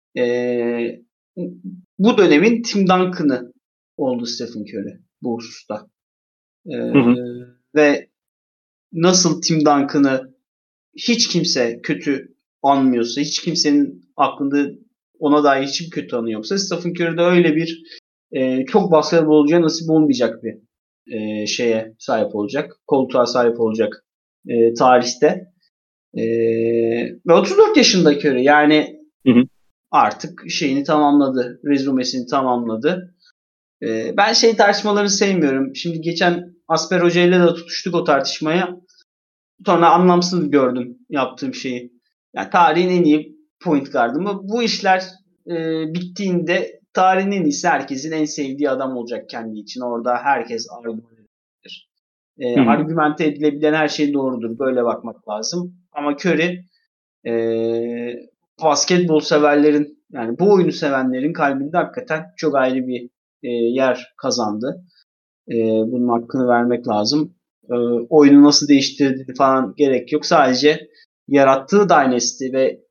bu dönemin Tim Duncan'ı oldu Stephen Curry bu hususta. E, Hı hı. ve nasıl Tim Duncan'ı hiç kimse kötü anmıyorsa, hiç kimsenin aklında ona dair hiçbir kötü anı yoksa Stephen Curry'de öyle bir çok basketbolcuya nasip olmayacak bir şeye sahip olacak. Koltuğa sahip olacak tarihte. Ve 34 yaşında Curry. Yani Hı hı. artık şeyini tamamladı. Rezümesini tamamladı. Ben tartışmalarını sevmiyorum. Şimdi geçen Asper Hoca ile de tutuştuk o tartışmaya. Sonra anlamsız gördüm yaptığım şeyi. Yani tarihin en iyi point guard'ı mı? Bu işler bittiğinde tarihin en iyisi herkesin en sevdiği adam olacak kendi için. Orada herkes argüman edebilir. Hı hı. Argümante edilebilen her şey doğrudur. Böyle bakmak lazım. Ama Curry e, basketbol severlerin yani bu oyunu sevenlerin kalbinde hakikaten çok ayrı bir yer kazandı. Bunun hakkını vermek lazım. Oyunu nasıl değiştirdiğini falan gerek yok. Sadece yarattığı dynasty ve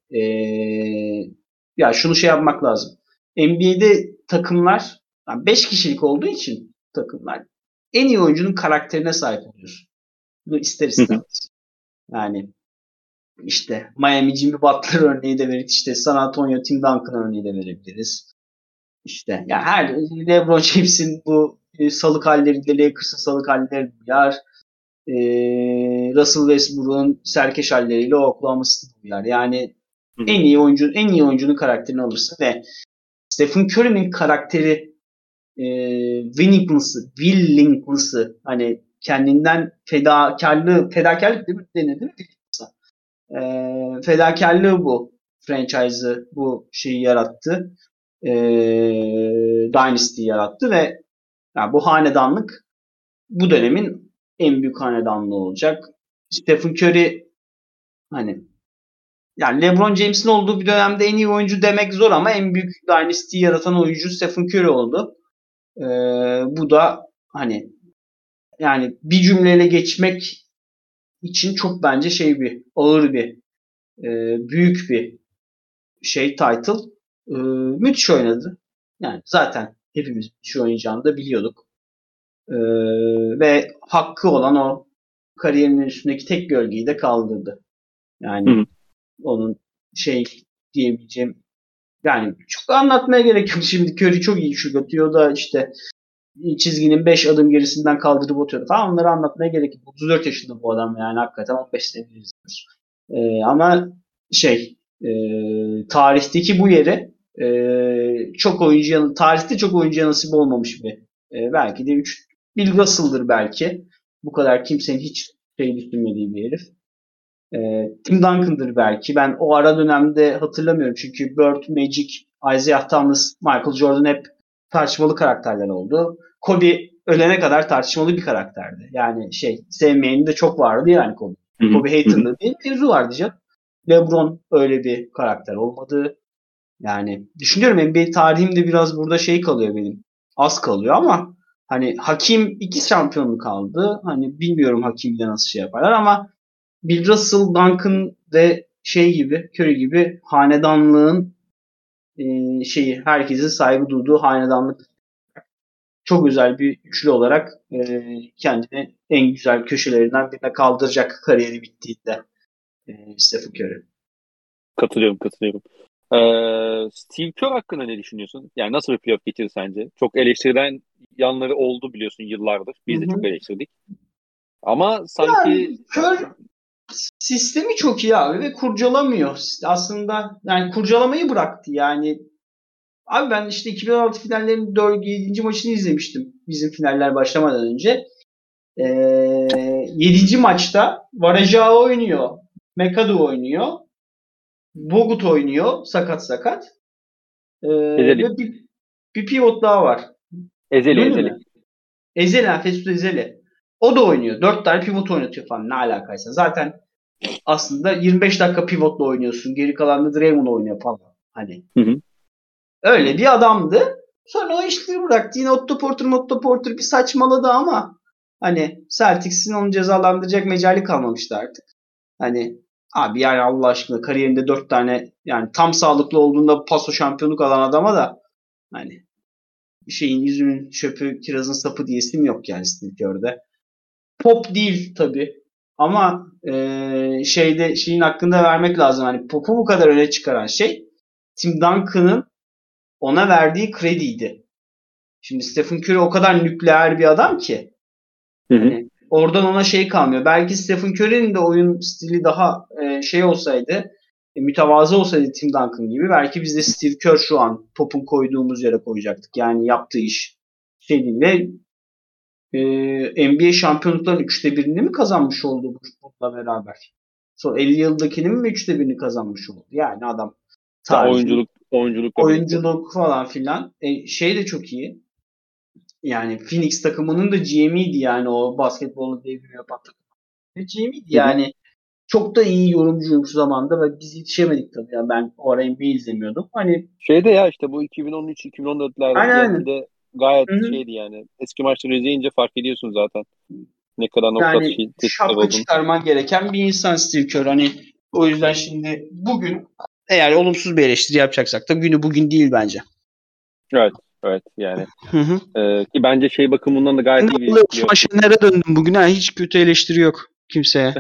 ya şunu yapmak lazım. NBA'de takımlar 5 kişilik olduğu için takımlar en iyi oyuncunun karakterine sahip oluyorsun. Bunu ister Hı hı. istemez. Yani işte Miami Jimmy Butler örneği de veririz. İşte San Antonio Tim Duncan örneği de verebiliriz. İşte ya her LeBron James'in bu salık halleri de Lakers'ın salık halleri uyar. Russell Westbrook'un serkeş halleriyle Oklahoma City uyar. Yani Hı hı. en iyi oyuncunun karakterini alırsın ve Stephen Curry'nin karakteri willingness'ı hani kendinden fedakarlık değil mi? Denir değil mi? Fedakarlığı bu franchise'ı bu şeyi yarattı. Dynasty'yi yarattı ve yani bu hanedanlık bu dönemin en büyük hanedanlığı olacak. Stephen Curry hani yani LeBron James'in olduğu bir dönemde en iyi oyuncu demek zor ama en büyük Dynasty'yi yaratan oyuncu Stephen Curry oldu. Bu da hani yani bir cümleyle geçmek için çok bence ağır bir büyük bir title. Müthiş oynadı. Yani zaten hepimiz müthiş oynayacağını da biliyorduk. Ve hakkı olan o kariyerinin üstündeki tek gölgeyi de kaldırdı. Yani onun diyebileceğim, yani çok anlatmaya gerek yok. Şimdi Curry çok iyi şut atıyor da işte çizginin 5 adım gerisinden kaldırıp atıyor falan. Onları anlatmaya gerek yok. 34 yaşında bu adam, yani hakikaten 15 senedir izliyoruz. Ama tarihteki bu yeri tarihte çok oyuncuya nasip olmamış bir belki de Bill Russell'dır belki. Bu kadar kimsenin hiç düşünmediği bir herif. Tim Duncan'dır belki. Ben o ara dönemde hatırlamıyorum. Çünkü Bird, Magic, Isaiah Thomas, Michael Jordan hep tartışmalı karakterler oldu. Kobe ölene kadar tartışmalı bir karakterdi. Yani sevmeyeni de çok vardı yani Kobe. Kobe haterlığı diye bir mevzu vardı canım. LeBron öyle bir karakter olmadı. Yani düşünüyorum, NBA tarihimde biraz burada kalıyor benim. Az kalıyor ama hani Hakim 2 şampiyonluk aldı. Hani bilmiyorum Hakim'le nasıl yaparlar ama Bill Russell, Duncan ve Curry gibi hanedanlığın herkesin saygı duyduğu hanedanlık, çok özel bir üçlü olarak kendini en güzel köşelerinden birine kaldıracak kariyeri bittiğinde Stephen Curry. Katılıyorum. Steve Kerr hakkında ne düşünüyorsun? Yani nasıl bir playoff geçirdi sence? Çok eleştirilen yanları oldu biliyorsun yıllardır. Biz de çok eleştirdik. Ama sanki yani Kerr sistemi çok iyi abi ve kurcalamıyor. Aslında yani kurcalamayı bıraktı. Yani abi ben işte 2016 finallerinin 7. maçını izlemiştim bizim finaller başlamadan önce. 7. maçta Varejao oynuyor. Mekadu oynuyor. Bogut oynuyor. Sakat. Ezeli. Ve bir pivot daha var. Ezeli. Ezeli. Fesut Ezeli. O da oynuyor. 4 tane pivot oynatıyor falan. Ne alakaysa. Zaten aslında 25 dakika pivotla oynuyorsun. Geri kalan da Draymond oynuyor falan. Hani. Öyle bir adamdı. Sonra o işleri bıraktı. Yine Otto Porter bir saçmaladı ama hani Celtics'in onu cezalandıracak mecali kalmamıştı artık. Hani abi yani Allah aşkına kariyerinde 4 tane, yani tam sağlıklı olduğunda paso şampiyonluk alan adama da hani yüzünün çöpü kirazın sapı diyesim yok yani Steve Kerr'de. Pop değil tabii ama şeyin hakkında vermek lazım. Hani Pop'u bu kadar öne çıkaran Tim Duncan'ın ona verdiği krediydi. Şimdi Stephen Curry o kadar nükleer bir adam ki hani oradan ona kalmıyor. Belki Stephen Curry'nin de oyun stili daha olsaydı, mütevazı olsaydı Tim Duncan gibi, belki biz de Steve Kerr şu an Pop'un koyduğumuz yere koyacaktık. Yani yaptığı iş değil ve NBA şampiyonlukların 1/3'ünü mi kazanmış oldu bununla beraber? Sonra 50 yıldakinin mi 1/3'ünü kazanmış oldu? Yani adam tarihin oyunculuk falan filan. De çok iyi. Yani Phoenix takımının da GM'iydi yani, o basketbolun devrim yapan takım. GM'iydi yani. Çok da iyi yorumcuymuş zamanında ve biz yetişemedik tabii. Yani ben o ara NBA izlemiyordum. Hani ya işte bu 2013-2014'ler NBA'de gayet yani. Eski maçları izleyince fark ediyorsun zaten. Ne kadar nokta yani teşvikler şapka çıkarman gereken bir insan Steve Kerr. Hani o yüzden şimdi bugün eğer olumsuz bir eleştiri yapacaksak da günü bugün değil bence. Evet yani. Ki bence bakımından da gayet iyi bir playoff. Şener'e döndüm bugün. Hiç kötü eleştiri yok kimseye.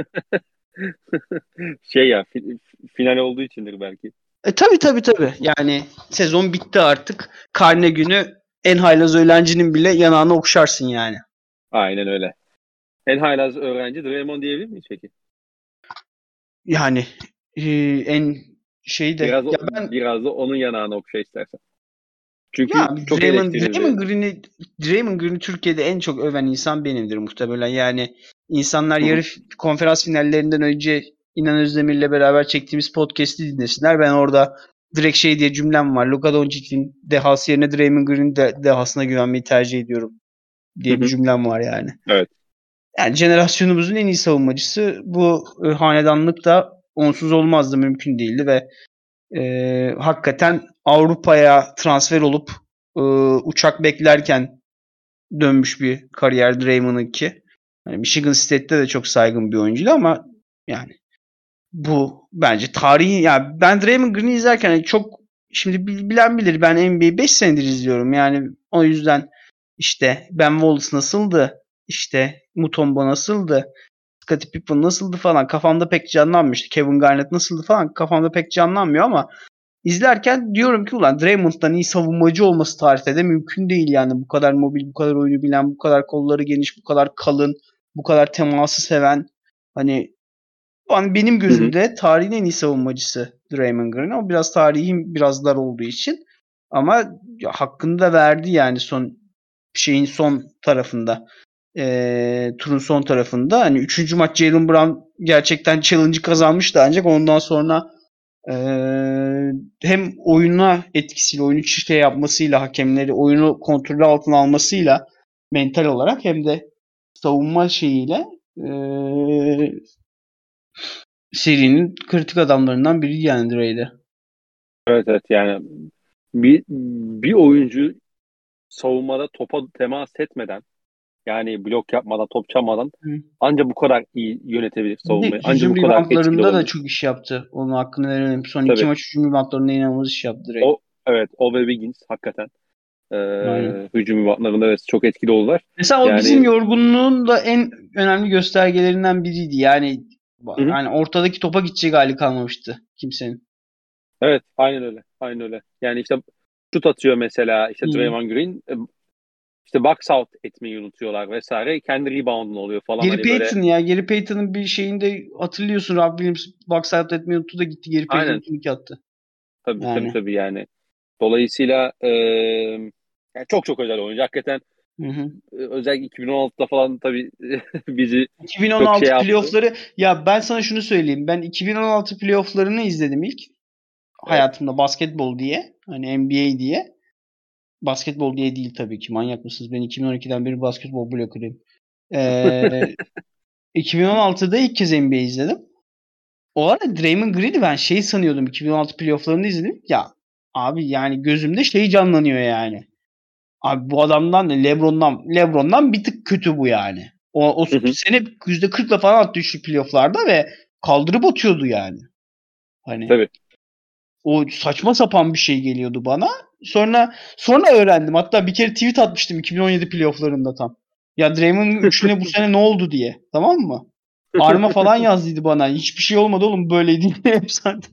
final olduğu içindir belki. Tabii. Yani sezon bitti artık. Karne günü en haylaz öğrencinin bile yanağını okşarsın yani. Aynen öyle. En haylaz öğrenci Draymond diyebilir miyiz peki? Yani en biraz da onun yanağını okşa istersen. Çünkü ya çok Draymond eleştirildi. Green'i Türkiye'de en çok öven insan benimdir muhtemelen. Yani insanlar yarı konferans finallerinden önce İnan Özdemir'le beraber çektiğimiz podcast'i dinlesinler. Ben orada direkt diye cümlem var. Luka Doncic'in dehası yerine Draymond Green'in dehasına güvenmeyi tercih ediyorum diye bir cümlem var yani. Evet. Yani jenerasyonumuzun en iyi savunmacısı. Bu hanedanlık da onsuz olmazdı, mümkün değildi ve hakikaten Avrupa'ya transfer olup uçak beklerken dönmüş bir kariyer Draymond'ınki. Hani Michigan State'te de çok saygın bir oyuncuydu ama yani bu bence tarihi, yani ben Draymond Green'i izlerken hani çok, şimdi bilen bilir, ben NBA'yi 5 senedir izliyorum. Yani o yüzden işte Ben Wallace nasıldı? İşte Mutombo nasıldı? Scottie Pippen nasıldı falan kafamda pek canlanmıştı. Kevin Garnett nasıldı falan kafamda pek canlanmıyor ama izlerken diyorum ki ulan Draymond'dan iyi savunmacı olması tarihte de mümkün değil yani. Bu kadar mobil, bu kadar oyunu bilen, bu kadar kolları geniş, bu kadar kalın, bu kadar teması seven. Hani benim Hı hı. gözümde tarihin en iyi savunmacısı Draymond Green. O biraz tarihim biraz dar olduğu için. Ama ya, hakkını da verdi yani son tarafında. Turun son tarafında. Hani 3. maç Jaylen Brown gerçekten challenge'ı kazanmıştı ancak ondan sonra hem oyuna etkisiyle, oyunu şey yapmasıyla, hakemleri oyunu kontrolü altına almasıyla mental olarak hem de savunma şeyiyle serinin kritik adamlarından biri yani Dre'de. Evet, evet, yani bir oyuncu savunmada topa temas etmeden, yani blok yapmadan, top çalmadan ancak bu kadar iyi yönetebilir Bir savunmayı. de Ancak hücum bu kadar etkili reboundlarında da olabilir. çok iş yaptı. Onun hakkını verelim. Son iki Tabii. maç hücum reboundlarında inanılmaz iş yaptı Dre. O, evet, o ve Wiggins hakikaten Aynen. hücum reboundlarında evet çok etkili oldular. Mesela o bizim Yani yorgunluğun da en önemli göstergelerinden biriydi. Yani hı hı. hani ortadaki topa gidecek hali kalmamıştı kimsenin. Evet, aynen öyle. Aynen öyle. Yani işte şut atıyor mesela, işte Hı. Draymond Green, işte box out etmeyi unutuyorlar vesaire. Kendi rebound'un oluyor falan, Gary hani böyle. Payton ya. Gary Payton'ın bir şeyinde hatırlıyorsun. Rob Williams box out etmeyi unuttu da gitti. Gary Payton Aynen. turnike attı. Tabii, tabii, Yani. tabii, yani. Dolayısıyla yani çok çok özel oyuncu. Hakikaten Hı hı. özellikle 2016'da falan tabii bizi çok şey 2016 yaptı. playoff'ları, ya ben sana şunu söyleyeyim. Ben 2016 playoff'larını izledim ilk Evet. hayatımda, basketbol diye. Hani NBA diye. Basketbol diye değil tabii ki. Manyak mısınız? Ben 2012'den beri basketbol blokörüyüm. Ee, 2016'da ilk kez NBA izledim. O arada Draymond Green'i ben şey sanıyordum. 2016 playoff'larını izledim. Ya abi yani gözümde şey canlanıyor yani. Abi bu adamdan LeBron'dan bir tık kötü bu yani. O Hı hı. sene %40'la falan attı üçlük playoff'larda ve kaldırıp atıyordu yani. Hani Tabii. o saçma sapan bir şey geliyordu bana. Sonra öğrendim. Hatta bir kere tweet atmıştım 2017 playoff'larında tam. Ya Draymond'un üçlüne bu sene ne oldu diye. Tamam mı? Arma falan yazdıydı bana. Hiçbir şey olmadı oğlum, böyleydi hep zaten.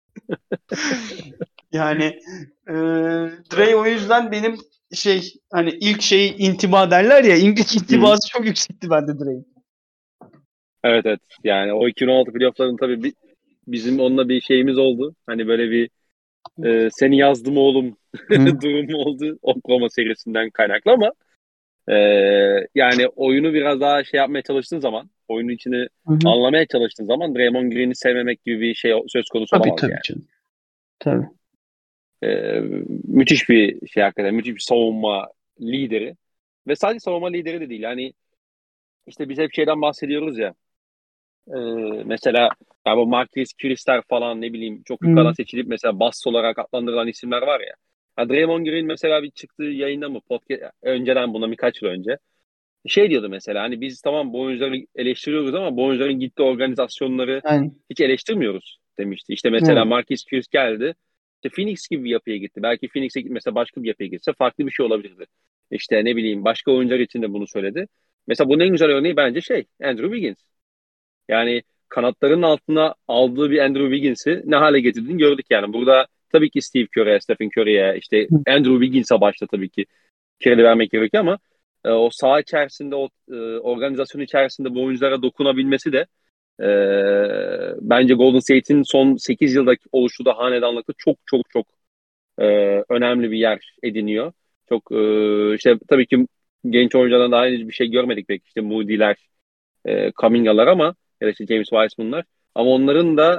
Yani e, Dre o yüzden benim hani ilk intiba derler ya, İngiliz Hı hı. intibası çok yüksekti bende Dre'in. Evet, evet. Yani o 2016 playoff'ların tabii bizim onunla bir şeyimiz oldu. Hani böyle bir seni yazdım oğlum Hı durum oldu Oklahoma serisinden kaynaklı ama e, yani oyunu biraz daha şey yapmaya çalıştığın zaman, oyunun içini hı. Hı. anlamaya çalıştığın zaman Draymond Green'i sevmemek gibi bir şey söz konusu Tabii olamaz tabii yani. canım. Tabii. E, Müthiş bir şey hakikaten. Müthiş bir savunma lideri. Ve sadece savunma lideri de değil. Yani işte biz hep şeyden bahsediyoruz ya. Ee, Mesela ya bu Marquise Chriss'ler falan, ne bileyim, çok yukarıdan Hı. seçilip mesela bast olarak adlandırılan isimler var ya. Ya Draymond Green mesela bir çıktığı yayında mı, podcast önceden, bundan birkaç yıl önce şey diyordu mesela, hani biz tamam bu oyuncuları eleştiriyoruz ama bu oyuncuların gittiği organizasyonları Aynen. hiç eleştirmiyoruz demişti. İşte mesela Evet. Marquise Chris geldi. İşte Phoenix gibi bir yapıya gitti. Belki Phoenix'e gitmese, başka bir yapıya gitse farklı bir şey olabilirdi. İşte ne bileyim, başka oyuncular için de bunu söyledi. Mesela bunun en güzel örneği bence Andrew Wiggins. Yani kanatların altına aldığı bir Andrew Wiggins'i ne hale getirdiğini gördük yani. Burada tabii ki Steve Kerr'e, Stephen Curry'e, işte Hı. Andrew Wiggins'e başta tabii ki kredi vermek gerekiyor ama o saha içerisinde, o organizasyon içerisinde bu oyunculara dokunabilmesi de e, bence Golden State'in son 8 yıldaki oluşturduğu hanedanlıkta çok çok çok e, önemli bir yer ediniyor. Çok işte tabii ki genç oyunculardan daha henüz bir şey görmedik belki, işte Moody'ler, Kaminga'lar ama, ya da işte James Wiseman'lar, ama onların da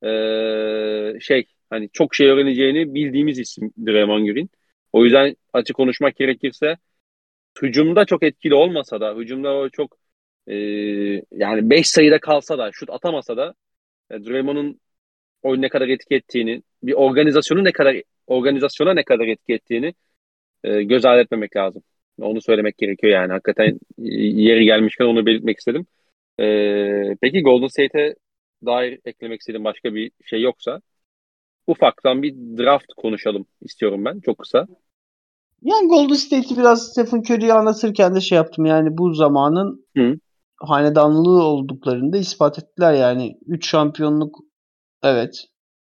hani çok şey öğreneceğini bildiğimiz isim Draymond Green. O yüzden açık konuşmak gerekirse hücumda çok etkili olmasa da, hücumda o çok e, yani 5 sayıda kalsa da, şut atamasa da Draymond'un oyunu ne kadar etki ettiğini, bir organizasyona ne kadar etki ettiğini göz ardı etmemek lazım. Onu söylemek gerekiyor yani. Hakikaten yeri gelmişken onu belirtmek istedim. Peki Golden State'e dair eklemek istediğim başka bir şey yoksa ufaktan bir draft konuşalım istiyorum ben çok kısa. Yani Golden State'i biraz Stephen Curry'i anlatırken de şey yaptım. Yani bu zamanın Hı hanedanlığı olduklarını da ispat ettiler yani. 3 şampiyonluk, evet.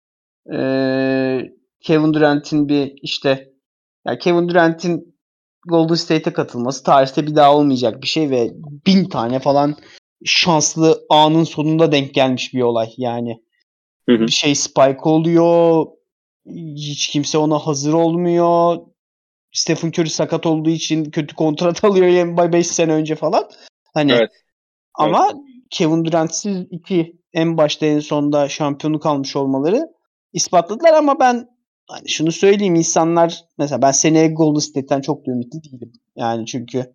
Kevin Durant'in bir işte, ya Kevin Durant'in Golden State'e katılması tarihte bir daha olmayacak bir şey ve 1000 tane falan şanslı anın sonunda denk gelmiş bir olay. Yani hı bir hı. şey spike oluyor. Hiç kimse ona hazır olmuyor. Stephen Curry sakat olduğu için kötü kontrat alıyor 5 sene önce falan. Hani Evet, evet. ama Kevin Durant'siz iki en başta en sonda şampiyonluk almış olmaları ispatladılar ama ben hani şunu söyleyeyim, insanlar mesela ben seneye Golden State'ten çok da ümitli değilim. Yani çünkü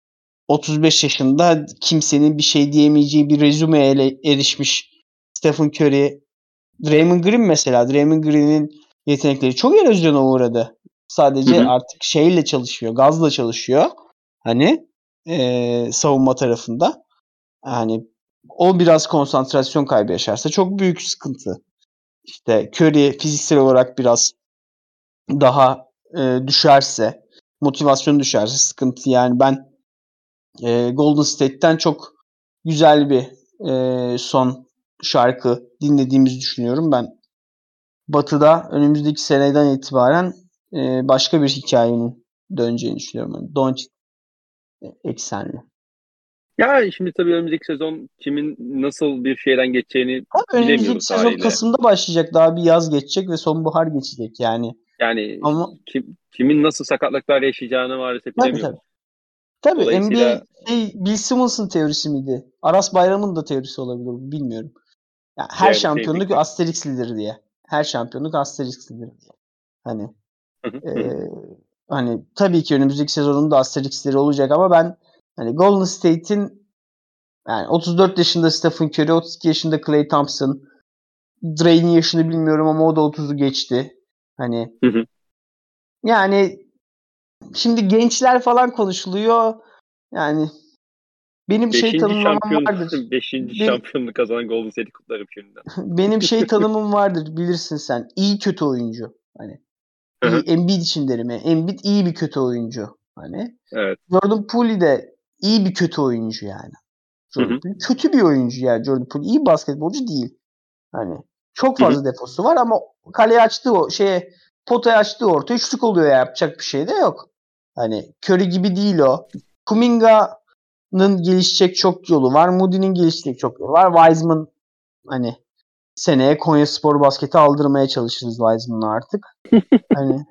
35 yaşında kimsenin bir şey diyemeyeceği bir rezümeye erişmiş Stephen Curry. Draymond Green mesela. Draymond Green'in yetenekleri çok erozyona uğradı. Hı Sadece hı. artık şeyle çalışıyor, gazla çalışıyor. Hani savunma tarafında. Yani o biraz konsantrasyon kaybı yaşarsa çok büyük sıkıntı. İşte Curry fiziksel olarak biraz daha düşerse, motivasyon düşerse sıkıntı. Yani ben Golden State'ten çok güzel bir son şarkı dinlediğimizi düşünüyorum. Ben Batı'da önümüzdeki seneden itibaren başka bir hikayenin döneceğini düşünüyorum. Yani Doncic eksenli. Ya şimdi tabii önümüzdeki sezon kimin nasıl bir şeyden geçeceğini Ama önümüzdeki bilemiyoruz sezon haliyle. Kasım'da başlayacak. Daha bir yaz geçecek ve sonbahar geçecek yani. Yani Ama kimin nasıl sakatlıklar yaşayacağını maalesef tabii bilemiyoruz. tabii. Tabii NBA Dolayısıyla Bill Simmons'ın teorisi miydi? Aras Bayram'ın da teorisi olabilir. Bilmiyorum. Yani her Değerli Hüseyin şampiyonluk Fikri. Asterix'lidir diye. Her şampiyonluk Asterix'lidir diye. Hani Hı hı, hı hı. eee, hani tabii ki önümüzdeki sezonun da Asterix'leri olacak ama ben hani Golden State'in yani 34 yaşında Stephen Curry, 32 yaşında Klay Thompson, Dre'nin yaşını bilmiyorum ama o da 30'u geçti. Hani Hı hı. yani şimdi gençler falan konuşuluyor. Yani benim şey Beşinci tanımlamam şampiyon, vardır. beşinci Ben, şampiyonluğu kazanan Golden State'i kutlarım şimdiden. benim şey tanımım vardır, bilirsin sen. İyi kötü oyuncu. Hani Hı hı. iyi, Embiid için derim. Yani Embiid iyi bir kötü oyuncu. Hani Evet. Jordan Poole de iyi bir kötü oyuncu yani. Hı Jordan hı. Poole kötü bir oyuncu yani. Jordan Poole iyi basketbolcu değil. Hani çok Hı hı. fazla defosu var ama kaleye açtığı o şeye, potaya açtığı orta üçlük oluyor ya, yapacak bir şey de yok. Hani Curry gibi değil o. Kuminga'nın gelişecek çok yolu var. Moody'nin gelişecek çok yolu var. Wiseman hani seneye Konyaspor basketi aldırmaya çalışırız Wiseman'ı artık. Hani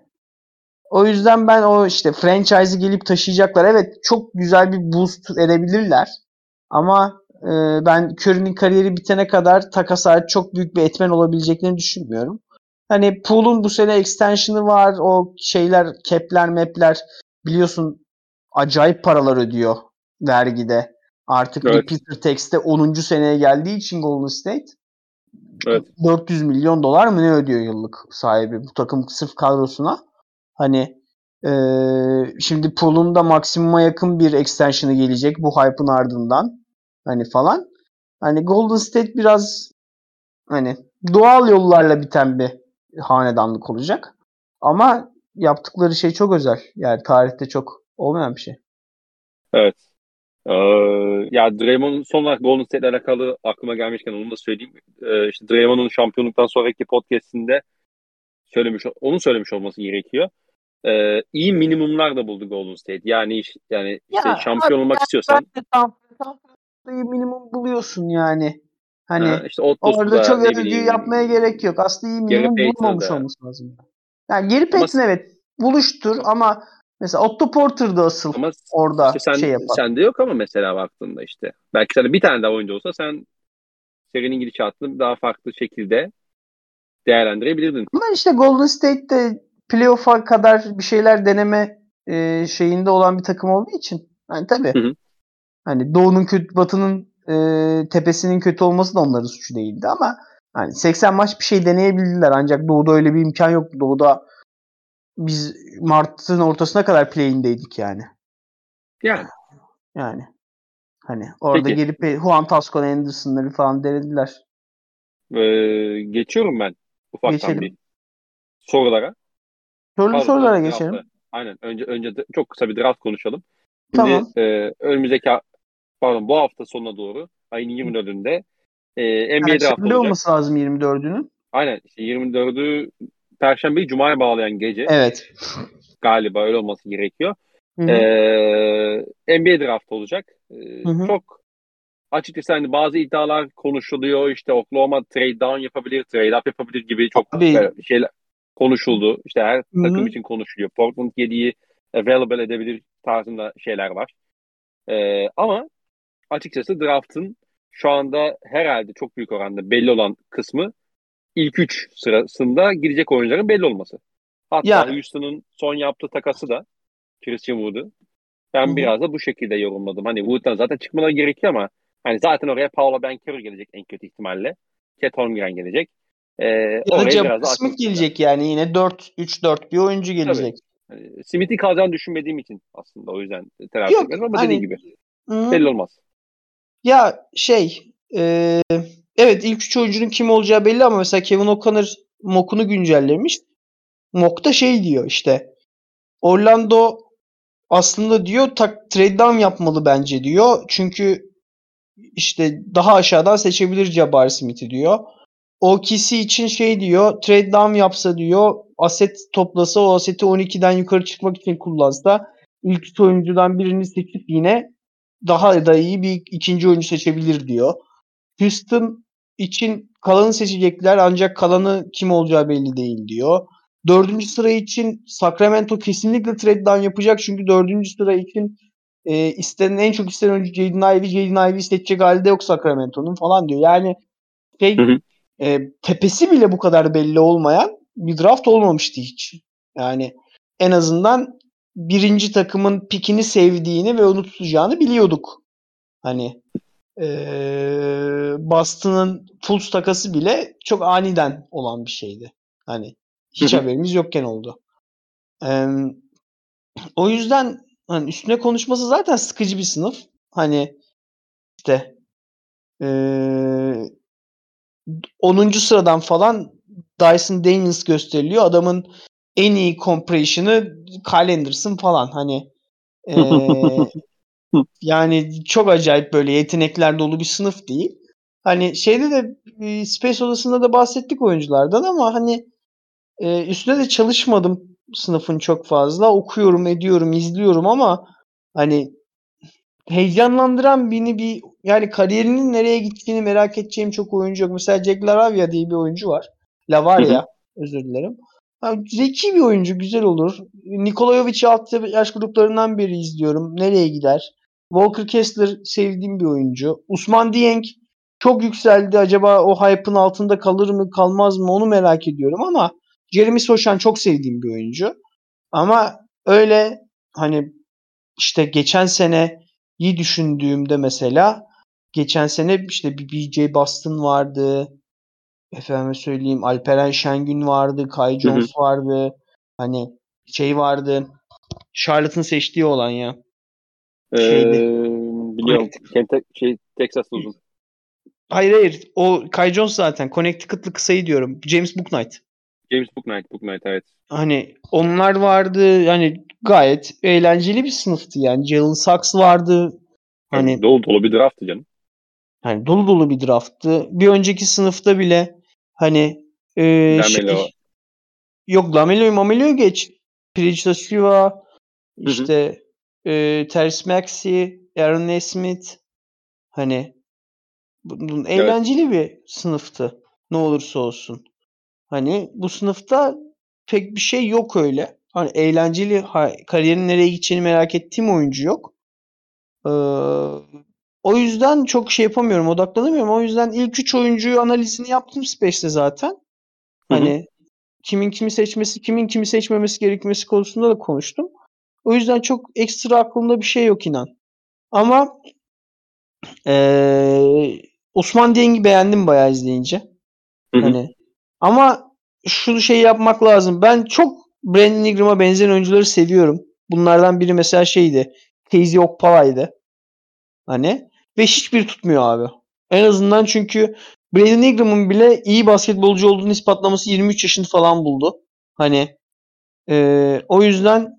o yüzden ben o işte franchise'ı gelip taşıyacaklar. Evet, çok güzel bir boost edebilirler. Ama ben Curry'nin kariyeri bitene kadar takasa çok büyük bir etmen olabileceklerini düşünmüyorum. Hani Poole'un bu sene extension'ı var. O şeyler, cap'ler, map'ler biliyorsun acayip paralar ödüyor vergide. Artık Evet. repeater tax'te 10. seneye geldiği için Golden State Evet. 400 milyon dolar mı ne ödüyor yıllık sahibi bu takım sırf kadrosuna. Hani şimdi Poole'un da maksimuma yakın bir extension'ı gelecek bu hype'ın ardından. Hani falan. Hani Golden State biraz hani doğal yollarla biten bir hanedanlık olacak. Ama yaptıkları şey çok özel. Yani tarihte çok olmayan bir şey. Evet. Ee, Ya Draymond'un son olarak Golden State'le alakalı aklıma gelmişken onu da söyleyeyim. İşte Draymond'un şampiyonluktan sonraki podcast'inde onu söylemiş olması gerekiyor. İyi minimumlar da buldu Golden State. Yani Ya işte abi şampiyon olmak yani istiyorsan bence tahtayı minimum buluyorsun yani. Hani işte orada Ottos'la çok ne övgü bileyim yapmaya gerek yok. Aslında iyi Gary minimum bulunmamış Payton'da olması lazım. Yani Gary ama Payton evet buluştur ama mesela Otto Porter da asıl ama işte orada şey yapar. sende yok ama mesela baktığında işte belki sana bir tane daha oyuncu olsa sen serinin gidişatını daha farklı şekilde değerlendirebilirdin. Ama işte Golden State'de playoff'a kadar bir şeyler deneme şeyinde olan bir takım olduğu için hani Hı tabii hı. hani Doğu'nun kötü, Batı'nın tepesinin kötü olması da onların suçu değildi ama hani 80 maç bir şey deneyebildiler. Ancak Doğu'da öyle bir imkan yoktu. Doğu'da biz Mart'ın ortasına kadar play-in'deydik yani. Yani hani orada Peki. gelip Juan Tasco Anderson'ları falan denediler. Geçiyorum ben ufaktan bir Geçelim. sorulara. Sorulu Pardon, sorulara draft'a. geçelim. Aynen. Önce çok kısa bir draft konuşalım. Şimdi Tamam. bu hafta sonuna doğru ayın 24'ünde NBA draft Perşembe olacak. olması lazım 24'ünün. Aynen işte 24'ü Perşembeyi Cuma'ya bağlayan gece Evet. galiba öyle olması gerekiyor. Hı hı. NBA draft olacak. Hı hı. Çok açıkçası hani bazı iddialar konuşuluyor. İşte Oklahoma trade down yapabilir, trade up yapabilir gibi çok Abi. böyle şeyler konuşuldu. İşte her Hı takım hı. için konuşuluyor. Portland 7'yi available edebilir tarzında şeyler var. Ama açıkçası draft'ın şu anda herhalde çok büyük oranda belli olan kısmı ilk 3 sırasında girecek oyuncuların belli olması. Hatta Yani. Houston'ın son yaptığı takası da Christian Wood'u. Hı Ben hı. biraz da bu şekilde yorumladım. Hani Wood'dan zaten çıkmaları gerekiyor ama hani zaten oraya Paolo Banchero gelecek en kötü ihtimalle. Chet Holmgren gelecek. Ya da Orayı Jabari biraz da Smith açmışlar. gelecek yani yine 4-3-4 bir oyuncu Tabii. gelecek. Hani Smith'i kalacağını düşünmediğim için aslında o yüzden telaffuz Yok etmedim ama dediğin hani gibi hı. belli olmaz. Ya evet ilk 3 oyuncunun kim olacağı belli ama mesela Kevin O'Connor mock'unu güncellemiş. Mock'ta şey diyor işte Orlando aslında diyor trade down yapmalı bence diyor. Çünkü işte daha aşağıdan seçebilir Jabari Smith'i diyor. OKC için şey diyor trade down yapsa diyor aset toplasa o aseti 12'den yukarı çıkmak için kullansa ilk 3 oyuncudan birini seçip yine daha da iyi bir ikinci oyuncu seçebilir diyor. Houston için kalanı seçecekler ancak kalanı kim olacağı belli değil diyor. Dördüncü sıra için Sacramento kesinlikle trade down yapacak çünkü dördüncü sıra için en çok istenen oyuncu Jaden Ivey. Jaden Ivey'i seçecek halde yok Sacramento'nun falan diyor. Yani Hı şey hı. tepesi bile bu kadar belli olmayan bir draft olmamıştı hiç. Yani en azından birinci takımın pikini sevdiğini ve onu tutacağını biliyorduk. Hani Boston'ın Fultz takası bile çok aniden olan bir şeydi. Hani Hı hiç hı. haberimiz yokken oldu. Eee, O yüzden hani üstüne konuşması zaten sıkıcı bir sınıf. Hani işte eee 10. sıradan falan Dyson Daniels gösteriliyor. Adamın en iyi compression'ı Kyle Anderson falan. Hani eee, yani çok acayip böyle yetenekler dolu bir sınıf değil. Hani şeyde de Space Odası'nda da bahsettik oyunculardan ama hani üstüne de çalışmadım sınıfın çok fazla. Okuyorum, ediyorum, izliyorum ama hani heyecanlandıran beni yani kariyerinin nereye gittiğini merak edeceğim çok oyuncu yok. Mesela Jack LaRavia diye bir oyuncu var. Hı hı. Lavaria, özür dilerim. Zeki bir oyuncu, güzel olur. Nikola Jovic'i alt yaş gruplarından beri izliyorum. Nereye gider? Walker Kessler sevdiğim bir oyuncu. Usman Dieng çok yükseldi. Acaba o hype'ın altında kalır mı, kalmaz mı onu merak ediyorum ama Jeremy Sochan çok sevdiğim bir oyuncu. Ama öyle hani işte geçen seneyi düşündüğümde mesela geçen sene işte bir BJ Boston vardı. Efendime söyleyeyim Alperen Şengün vardı. Kai Hı hı. Jones vardı. Hani şey vardı. Charlotte'ın seçtiği olan ya. Şeydi. Biliyorum. Texas'ta uzun. Hayır hayır. O Kai Jones zaten. Connecticut'lı kısayı diyorum. James Bouknight. James Bouknight evet. Hani onlar vardı. Yani gayet eğlenceli bir sınıftı yani. Jalen Suggs vardı. Tabii Hani dolu bir drafttı canım. hani dolu dolu bir drafttı. Bir önceki sınıfta bile hani Lamelo. şey yok Lamelo'yu geç. Precious Achiuwa Hı hı. işte Tyrese Maxey, Aaron Nesmith hani bunun Evet. eğlenceli bir sınıftı. Ne olursa olsun. Hani bu sınıfta pek bir şey yok öyle. Hani eğlenceli kariyerin nereye gideceğini merak ettiğim oyuncu yok. Ee, O yüzden çok şey yapamıyorum, odaklanamıyorum. O yüzden ilk 3 oyuncuyu analizini yaptım Space'te zaten. Hı hı. Hani kimin kimi seçmesi, kimin kimi seçmemesi gerekmesi konusunda da konuştum. O yüzden çok ekstra aklımda bir şey yok inan. Ama Osman Dieng'i beğendim bayağı izleyince. Hı hı. Hani ama şu şeyi yapmak lazım. Ben çok Brandon Ingram'a benzeyen oyuncuları seviyorum. Bunlardan biri mesela şeydi. Casey Okpala'ydı. Hani ve hiçbir tutmuyor abi. En azından çünkü Brandon Ingram'ın bile iyi basketbolcu olduğunu ispatlaması 23 yaşını falan buldu. Hani o yüzden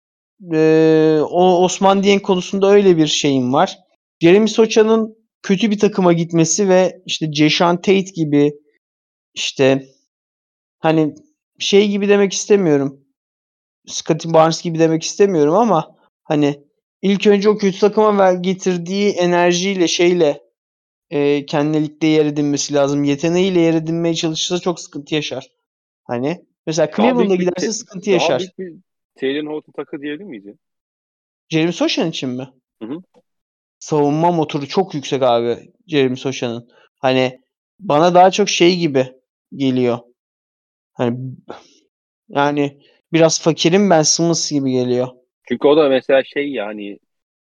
o Osman Dieng konusunda öyle bir şeyim var. Jeremy Sochan'ın kötü bir takıma gitmesi ve işte Jason Tate gibi işte hani şey gibi demek istemiyorum. Scottie Barnes gibi demek istemiyorum ama hani ilk önce o kötü takıma getirdiği enerjiyle şeyle kendine ligde yer edinmesi lazım. Yeteneğiyle yer edinmeye çalışırsa çok sıkıntı yaşar. Hani mesela Daha Cleveland'a büyük bir giderse sıkıntı daha yaşar. büyük bir Taylor Horton takı diyebilir miyiz ya? Jeremy Sochan için mi? Hı hı. Savunma motoru çok yüksek abi Jeremy Sochan'ın. Hani bana daha çok şey gibi geliyor. Hani yani biraz fakirim ben Simmons gibi geliyor. Çünkü o da mesela şey yani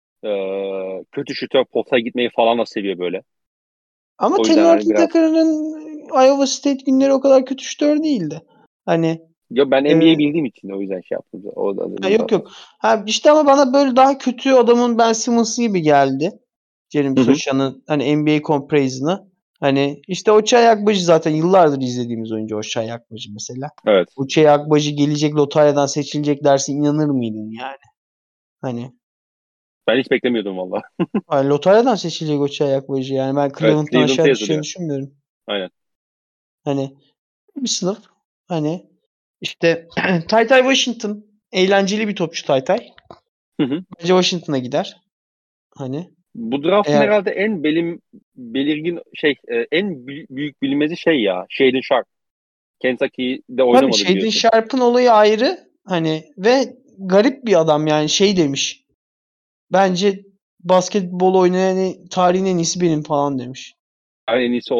kötü şutör pota gitmeyi falan da seviyor böyle. Ama O yüzden Taylor hani Horton biraz Tucker'ın Iowa State günleri o kadar kötü şutör değildi. Hani ya ben e, NBA bildiğim için o yüzden şey yaptım. O da dedim yok zaten. yok. Ha işte ama bana böyle daha kötü adamın Ben Simmons gibi geldi. Jeremy Hı hı. Sochan'ın hani NBA comparison'ı. Hani işte Ochai Agbaji zaten yıllardır izlediğimiz oyuncu Ochai Agbaji mesela. Evet. Ochai Agbaji gelecek lotaryadan seçilecek derse inanır mıydın yani? Hani Ben hiç beklemiyordum valla. lotaryadan seçilecek Ochai Agbaji yani ben Evet, Cleveland'dan Cleveland'da aşağı düşeceğini yazılıyor. düşünmüyorum. Aynen. Hani bir sınıf hani işte Ty Washington eğlenceli bir topçu Tay. Hı hı. Bence Washington'a gider. Hani Bu draft'ın eğer herhalde en belirgin şey en büyük bilinmezi şey ya. Shaedon Sharp. Kentucky'de tabii oynamadı Shaedon biliyorsun. Sharp'ın olayı ayrı hani ve garip bir adam yani şey demiş. Bence basketbol oynayan tarihin en iyisi benim falan demiş. Yani en iyisi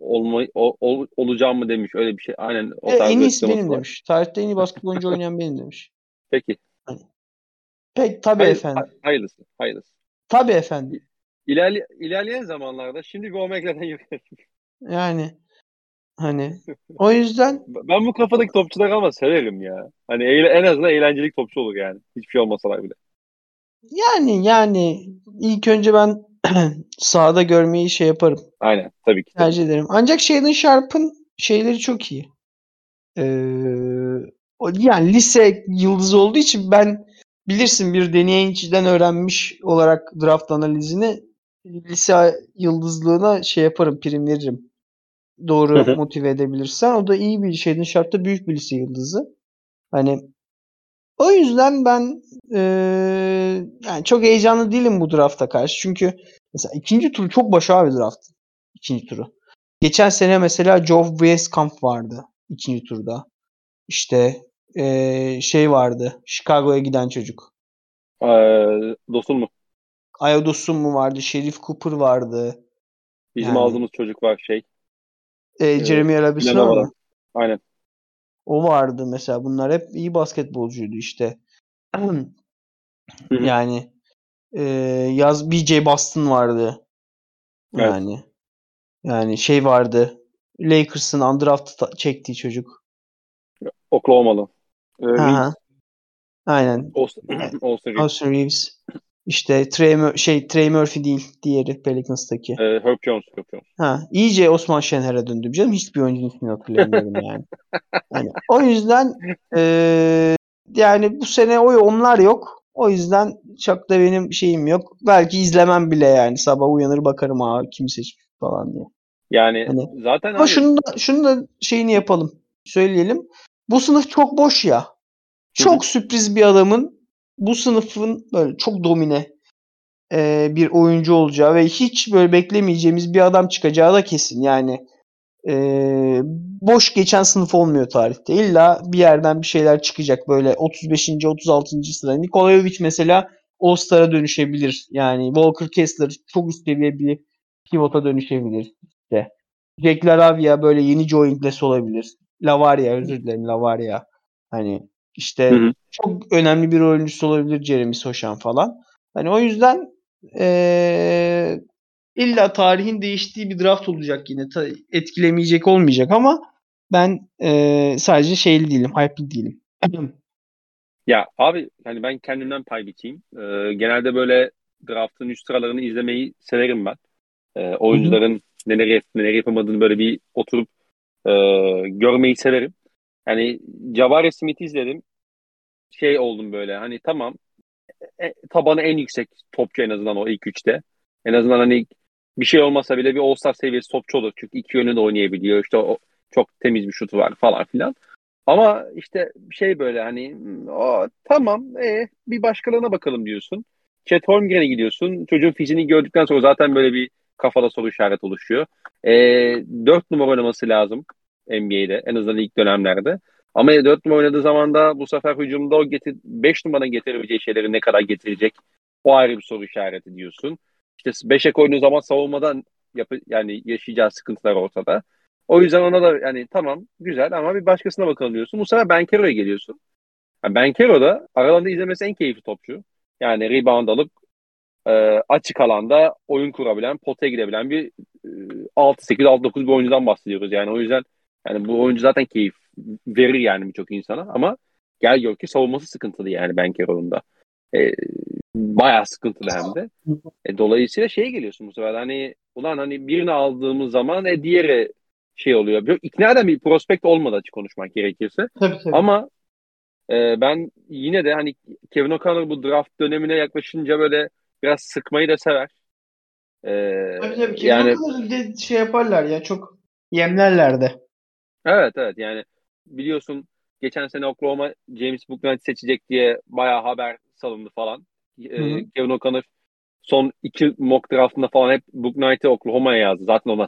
olacağım mı demiş. Öyle bir şey. Aynen o tarz En bir iyisi açıklaması benim var. demiş. Tarihte en iyi basketbol oyuncu oynayan benim demiş. Peki. Hani, pek tabii efendim. Hayırlısı. Hayırlısı. Tabii efendim. İlerleyen zamanlarda şimdi bir Omegle'den yürüyelim. Yani hani o yüzden Ben bu kafadaki topçuları ama severim ya. Hani en azından eğlenceli topçu olur yani. Hiçbir şey olmasalar bile. yani ilk önce ben sahada görmeyi şey yaparım. Aynen. Tabii ki tabii Tercih ki. ederim. Ancak Shaedon Sharp'ın şeyleri çok iyi. Yani lise yıldızı olduğu için ben bilirsin bir deneyiciden öğrenmiş olarak draft analizini lise yıldızlığına şey yaparım, prim veririm. Hı Doğru hı. motive edebilirsen. O da iyi bir şeyden şartta büyük bir lise yıldızı. Hani o yüzden ben yani çok heyecanlı değilim bu drafta karşı. Çünkü mesela ikinci tur çok başarılı bir draft. İkinci turu. Geçen sene mesela Joe Wieskamp vardı ikinci turda. İşte şey vardı. Chicago'ya giden çocuk. Dostum mu? Ayodos'un mu vardı? Sheriff Cooper vardı. Bizim Yani aldığımız çocuk var şey. Jeremy Robinson Villanova'dan. mı? Aynen. O vardı mesela. Bunlar hep iyi basketbolcuydu işte. Hı hı. Yani yaz BJ Boston vardı. Evet. Yani şey vardı. Lakers'ın undrafted çektiği çocuk. Oklahoma'lı. Hı Reeves. hı. Aynen. Austin Reeves. Austin Reeves. İşte Trey Murphy değil. Diğeri Pelicans'taki. Herb Jones. Herb Jones. İyice Osman Şener'e döndüm canım. Hiçbir oyuncunun ismini hatırlayamıyorum yani. Hani o yüzden yani bu sene onlar yok. O yüzden çok da benim şeyim yok. Belki izlemem bile yani. Sabah uyanır bakarım kim seçmiş falan diye. Yani Hani zaten ama hani şunu da şeyini yapalım. Söyleyelim. Bu sınıf çok boş ya. hı hı. Çok sürpriz bir adamın bu sınıfın böyle çok domine bir oyuncu olacağı ve hiç böyle beklemeyeceğimiz bir adam çıkacağı da kesin. Yani boş geçen sınıf olmuyor tarihte. İlla bir yerden bir şeyler çıkacak. Böyle 35. 36. sıra. Nikola Jovic mesela All-Star'a dönüşebilir. Yani Walker Kessler çok üst seviye bir pivota dönüşebilir. İşte Jack LaRavia böyle yeni Joe Ingles olabilir. Lavaria özür dilerim Lavaria. Hani Hı işte hı. çok önemli bir oyuncusu olabilir Jeremy Sochan falan. Hani o yüzden İlla tarihin değiştiği bir draft olacak yine. Etkilemeyecek olmayacak ama ben sadece şeyli değilim, hype'lı değilim. Ya abi hani ben kendimden pay biçeyim. Genelde böyle draftın üst sıralarını izlemeyi severim ben. Hı hı. Oyuncuların neler yapamadığını böyle bir oturup e, görmeyi severim. Yani Jabari Smith'i izledim. Şey oldum böyle hani tamam, tabanı en yüksek topçu en azından o ilk üçte. En azından hani bir şey olmasa bile bir All-Star seviyesi topçu olur. Çünkü iki yönü de oynayabiliyor. İşte o, çok temiz bir şutu var falan filan. Ama işte şey böyle hani o, tamam bir başkalarına bakalım diyorsun. Chet Holmgren'e gidiyorsun. Çocuğun fiziğini gördükten sonra zaten böyle bir kafada soru işareti oluşuyor. 4 numara oynaması lazım NBA'de en azından ilk dönemlerde. Ama 4 numara oynadığı zaman da bu sefer hücumda o 5 numaranın getirebileceği şeyleri ne kadar getirecek? O ayrı bir soru işareti diyorsun. İşte 5'e koyduğun zaman savunmadan yani yaşayacağı sıkıntılar ortada. O yüzden ona da yani tamam güzel ama bir başkasına bakalım diyorsun. Bu sefer Banchero'ya geliyorsun. Yani Banchero da aralarında izlemesi en keyifli topçu. Yani rebound alıp e, açık alanda oyun kurabilen, potaya gidebilen bir 6-8, 6-9 bir oyuncudan bahsediyoruz. Yani o yüzden yani bu oyuncu zaten keyif verir yani birçok insana ama gel gör ki savunması sıkıntılı yani Banchero'nun da. E, Bayağı sıkıntılı hem de. Dolayısıyla şeye geliyorsun bu sefer hani ulan hani birini aldığımız zaman diğeri şey oluyor. Bir, ikna eden bir prospekt olmadı açık konuşmak gerekirse. Tabii tabii. Ama ben yine de hani Kevin O'Connor bu draft dönemine yaklaşınca böyle biraz sıkmayı da sever. E, Tabii tabii. Kevin Yani O'Connor de şey yaparlar ya, çok yemlerler de. evet yani biliyorsun geçen sene Oklahoma James Bouknight seçecek diye bayağı haber salındı falan. Hı hı. Kevin O'Connor son iki mock draftında falan hep Bouknight'ı Oklahoma'ya yazdı. Zaten ondan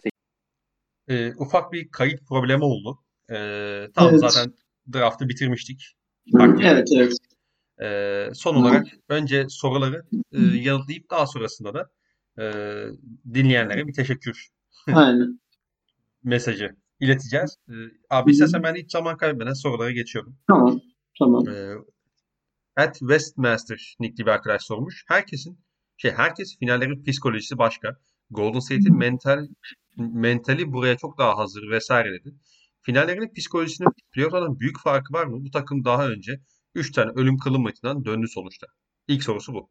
Ufak bir kayıt problemi oldu. Tam Evet. zaten draftı bitirmiştik. Hı, Hak evet veriyorduk. evet. Son olarak önce soruları yanıtlayıp daha sonrasında da e, dinleyenlere bir teşekkür Aynen. mesajı ileteceğiz. Hı Abi hı. istersen ben hiç zaman kaybetmeden sorulara geçiyorum. Tamam. Tamam. Ee, At Westmaster nickli bir arkadaş sormuş. Herkes finallerin psikolojisi başka. Golden State'in mentali buraya çok daha hazır vesaire dedi. Finallerin psikolojisinin playoff'lardan büyük farkı var mı? Bu takım daha önce 3 tane ölüm kılım maçından döndü sonuçta. İlk sorusu bu.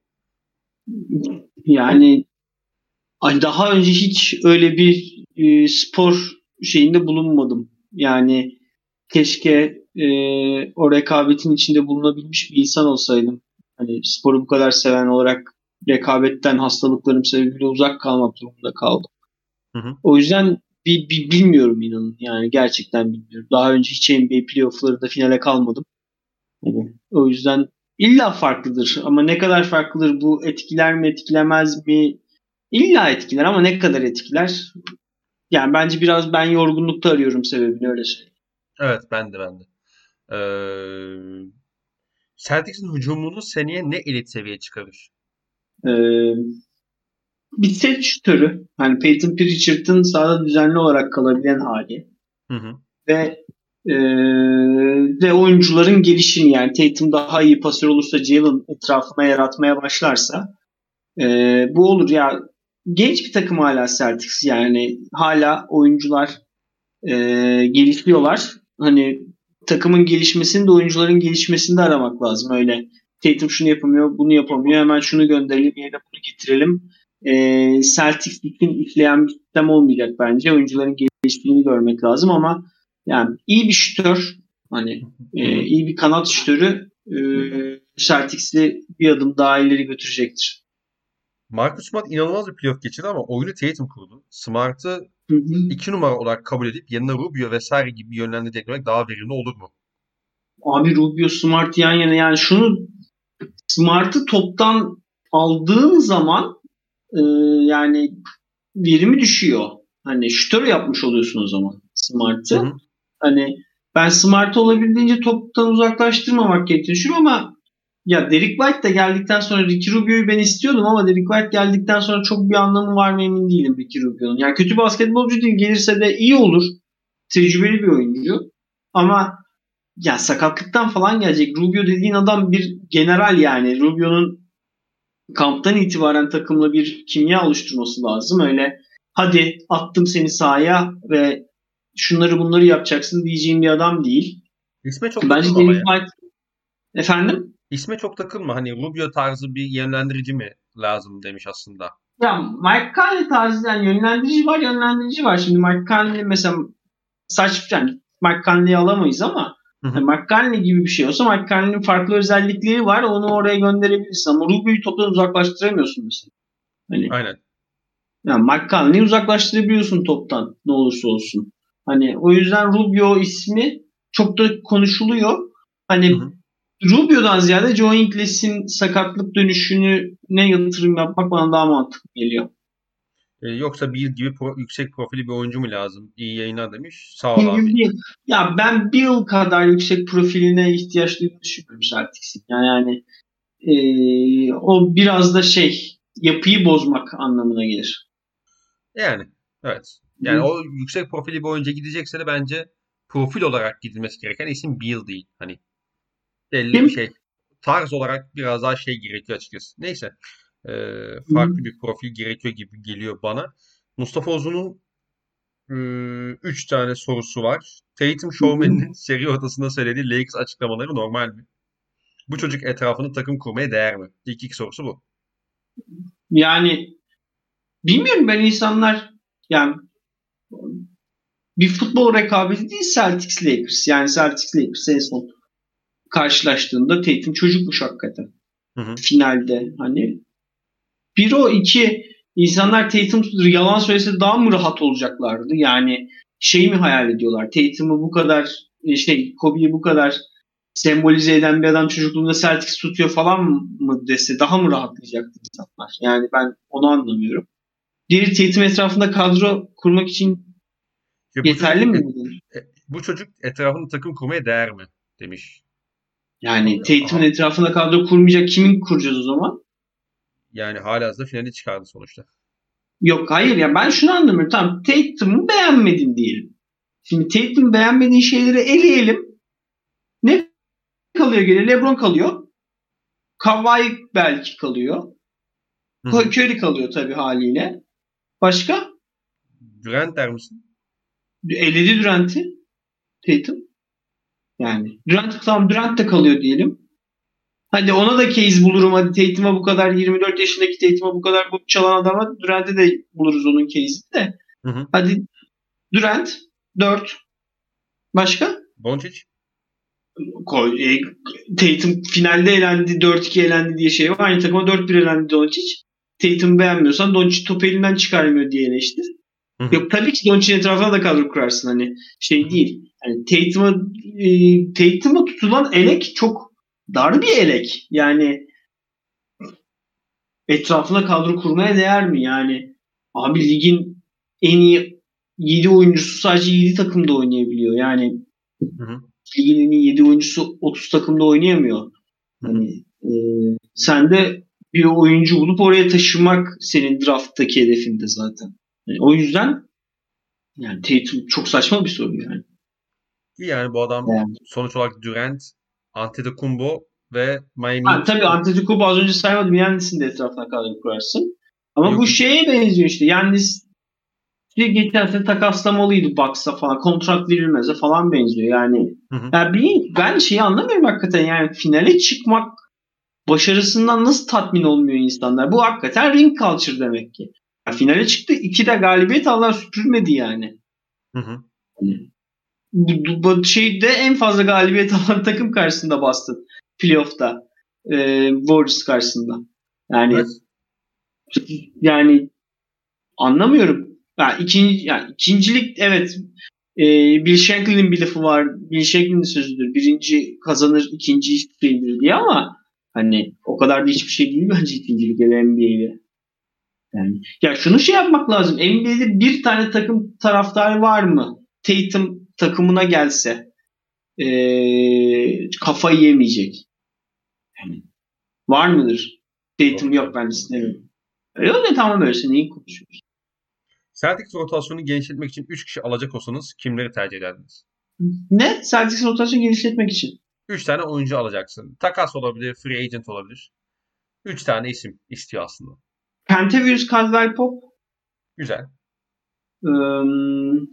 Yani daha önce hiç öyle bir spor şeyinde bulunmadım. Yani keşke o rekabetin içinde bulunabilmiş bir insan olsaydım. Hani sporu bu kadar seven olarak rekabetten hastalıklarım sebebiyle uzak kalmak durumunda kaldım. Hı hı. O yüzden bilmiyorum, inanın. Yani gerçekten bilmiyorum. Daha önce hiç NBA playoff'larında finale kalmadım. Yani o yüzden illa farklıdır. Ama ne kadar farklıdır, bu etkiler mi etkilemez mi? İlla etkiler ama ne kadar etkiler? Yani bence biraz ben yorgunlukta arıyorum sebebini, öyle söyleyeyim. Evet, ben de. Ee, Celtics'in hücumunu seneye ne elit seviye çıkarır? Ee, Bir set şutörü. Hani Peyton Pritchard'ın sahada düzenli olarak kalabilen hali. Hı hı. Ve e, ve oyuncuların gelişimi, yani Tatum daha iyi pasör olursa, Jalen etrafına yaratmaya başlarsa bu olur ya. Genç bir takım hala Celtics, yani hala oyuncular e, gelişiyorlar. Hani takımın gelişmesini de oyuncuların gelişmesini de aramak lazım. Öyle Tatum şunu yapamıyor, bunu yapamıyor, hemen şunu gönderelim, yerine bunu getirelim. Celtics için işleyen bir sistem olmayacak bence. Oyuncuların geliştiğini görmek lazım ama yani iyi bir şütör, hani Hı hı. iyi bir kanat şütörü Celtics'i bir adım daha ileri götürecektir. Marcus Smart inanılmaz bir playoff geçirdi ama oyunu Tatum kurdu. Smart'ı Hı hı. 2 numara olarak kabul edip yanına Rubio vesaire gibi yönlendirecek daha verimli olur mu? Abi Rubio Smart yan yana, yani şunu, Smart'ı toptan aldığın zaman e, yani verimi düşüyor. Hani şütör yapmış oluyorsun o zaman Hı Smart'ı. hı. Hani ben Smart'ı olabildiğince toptan uzaklaştırmamak gerektiğini düşünüyorum ama ya Derek White de geldikten sonra, Ricky Rubio'yu ben istiyordum ama Derek White geldikten sonra çok bir anlamı var mı emin değilim Ricky Rubio'nun. Yani kötü basketbolcu değil, gelirse de iyi olur. Tecrübeli bir oyuncu. Ama ya sakatlıktan falan gelecek. Rubio dediğin adam bir general yani. Rubio'nun kamptan itibaren takımla bir kimya oluşturması lazım. Öyle hadi attım seni sahaya ve şunları bunları yapacaksın diyeceğim bir adam değil. İsme çok Bence dokunma ama Derek ya. White, efendim? İsme çok takılma. Hani Rubio tarzı bir yönlendirici mi lazım demiş aslında. Ya Mike Conley tarzı yani yönlendirici var. Şimdi Mike Conley mesela yani Mike Conley'i alamayız ama Hı yani hı. Mike Conley gibi bir şey olsa Mike Conley'nin farklı özellikleri var. Onu oraya gönderebilirsin ama Rubio'yu toptan uzaklaştıramıyorsun mesela. Hani Aynen. yani Mike Conley'i uzaklaştırabiliyorsun toptan ne olursa olsun. Hani o yüzden Rubio ismi çok da konuşuluyor. Hı Hani hı. Rubio'dan ziyade Joe Ingles'in sakatlık dönüşünü ne yatırım yapmak bana daha mantıklı geliyor. Yoksa bir gibi yüksek profili bir oyuncu mu lazım? İyi yayınlar demiş. Sağ ol Kim gibi abi. değil. Ya ben Bill kadar yüksek profiline ihtiyaç duyduğunu düşünmüyorum Celtics'in. Yani o biraz da yapıyı bozmak anlamına gelir. Yani evet. Yani Hı. o yüksek profili bir oyuncu gidecekse de bence profil olarak gidilmesi gereken isim Beal değil. Hani belli bir Kim? şey. Tarz olarak biraz daha şey gerekiyor açıkçası. Neyse. Hı. Farklı bir profil gerekiyor gibi geliyor bana. Mustafa Uzun'un 3 tane sorusu var. Tatum Hı hı. Showman'in seri ortasında söylediği Lakers açıklamaları normal mi? Bu çocuk etrafında takım kurmaya değer mi? İlk sorusu bu. Yani bilmiyorum ben insanlar yani bir futbol rekabeti değil Celtics Lakers. Yani Celtics Lakers en son karşılaştığında Tatum çocukmuş hakikaten. Hı hı. Finalde hani bir o iki insanlar Tatum yalan söylese daha mı rahat olacaklardı? Yani mi hayal ediyorlar? Tatum'u bu kadar Kobe'yi bu kadar sembolize eden bir adam çocukluğunda Celtics tutuyor falan mı dese daha mı rahatlayacaktı insanlar? Yani ben onu anlamıyorum. Diğeri Tatum etrafında kadro kurmak için Ve yeterli mi? bu çocuk etrafında takım kurmaya değer mi? Demiş. Yani Tatum'un Aha. etrafında kadro kurmayacak kimin kuracağız o zaman? Yani halihazırda finali çıkardı sonuçta. Yok hayır ya ben şunu anlamıyorum. Tamam Tatum'u beğenmedim diyelim. Şimdi Tatum beğenmediğin şeyleri eleyelim. Ne kalıyor geriye? LeBron kalıyor. Kawhi belki kalıyor. Hı hı. Curry kalıyor tabii haliyle. Başka? Durant der misin? Eledi Durant'i Tatum. Yani Durant de kalıyor diyelim. Hadi ona da case bulurum. Hadi Tatum'a bu kadar 24 yaşındaki Tatum'a bu kadar bu çalan adama Durant'e de buluruz onun case'i de. Hı hı. Hadi Durant 4. Başka? Doncic? Tatum finalde elendi 4-2 elendi diye şey var. Aynı takıma 4-1 elendi Doncic. Tatum beğenmiyorsan Doncic topu elinden çıkarmıyor diye eleştir. Hı hı. Yok tabii ki Doncic'in etrafına da kadro kurarsın hani Hı hı. değil. Yani Tatum'a tutulan elek çok dar bir elek. Yani etrafına kadro kurmaya değer mi? Yani abi ligin en iyi 7 oyuncusu sadece 7 takımda oynayabiliyor. Yani Hı hı. ligin en iyi 7 oyuncusu 30 takımda oynayamıyor. Hı hı. Hani sen de bir oyuncu bulup oraya taşımak senin drafttaki hedefinde zaten. Yani o yüzden yani Tatum çok saçma bir soru yani. Yani bu adam Yani. sonuç olarak Durant, Antetokounmpo ve Miami Ha, Heat tabii Antetokounmpo az önce saymadım. Yannis'in de etrafına kadro kurarsın. Ama bu Jokic. şeye benziyor işte. Yannis geçen sene takaslamalıydı Bucks'a falan. Kontrat verilmeze falan benziyor. Yani Hı hı. ya ben şeyi anlamıyorum hakikaten. Yani finale çıkmak başarısından nasıl tatmin olmuyor insanlar? Bu hakikaten ring culture demek ki. Ya finale çıktı. 2 de galibiyet Allah süpürmedi yani. Hı hı. Hani bu şeyde en fazla galibiyet alan takım karşısında Boston. Playoff'ta. Warriors karşısında. Evet. Yani yani anlamıyorum. Yani ikincilik evet Bill Shanklin'in bir lafı var. Bill Shanklin'in sözüdür. Birinci kazanır, ikinci hiçbir şeydir diye ama hani o kadar da hiçbir şey değil bence ikincilik ya da NBA'de. Yani, ya şunu yapmak lazım. NBA'de bir tane takım taraftarı var mı? Tatum takımına gelse kafayı yemeyecek. Yani, var mıdır? Tatum Yok yok canım. ben istemiyorum. Öyle tamam öyle neyi konuşuyoruz? Celtics rotasyonu genişletmek için 3 kişi alacak olsanız kimleri tercih ederdiniz? Ne? Celtics rotasyonu genişletmek için. 3 tane oyuncu alacaksın. Takas olabilir, free agent olabilir. 3 tane isim istiyor aslında. Kentavius Caldwell-Pope Güzel. ıı,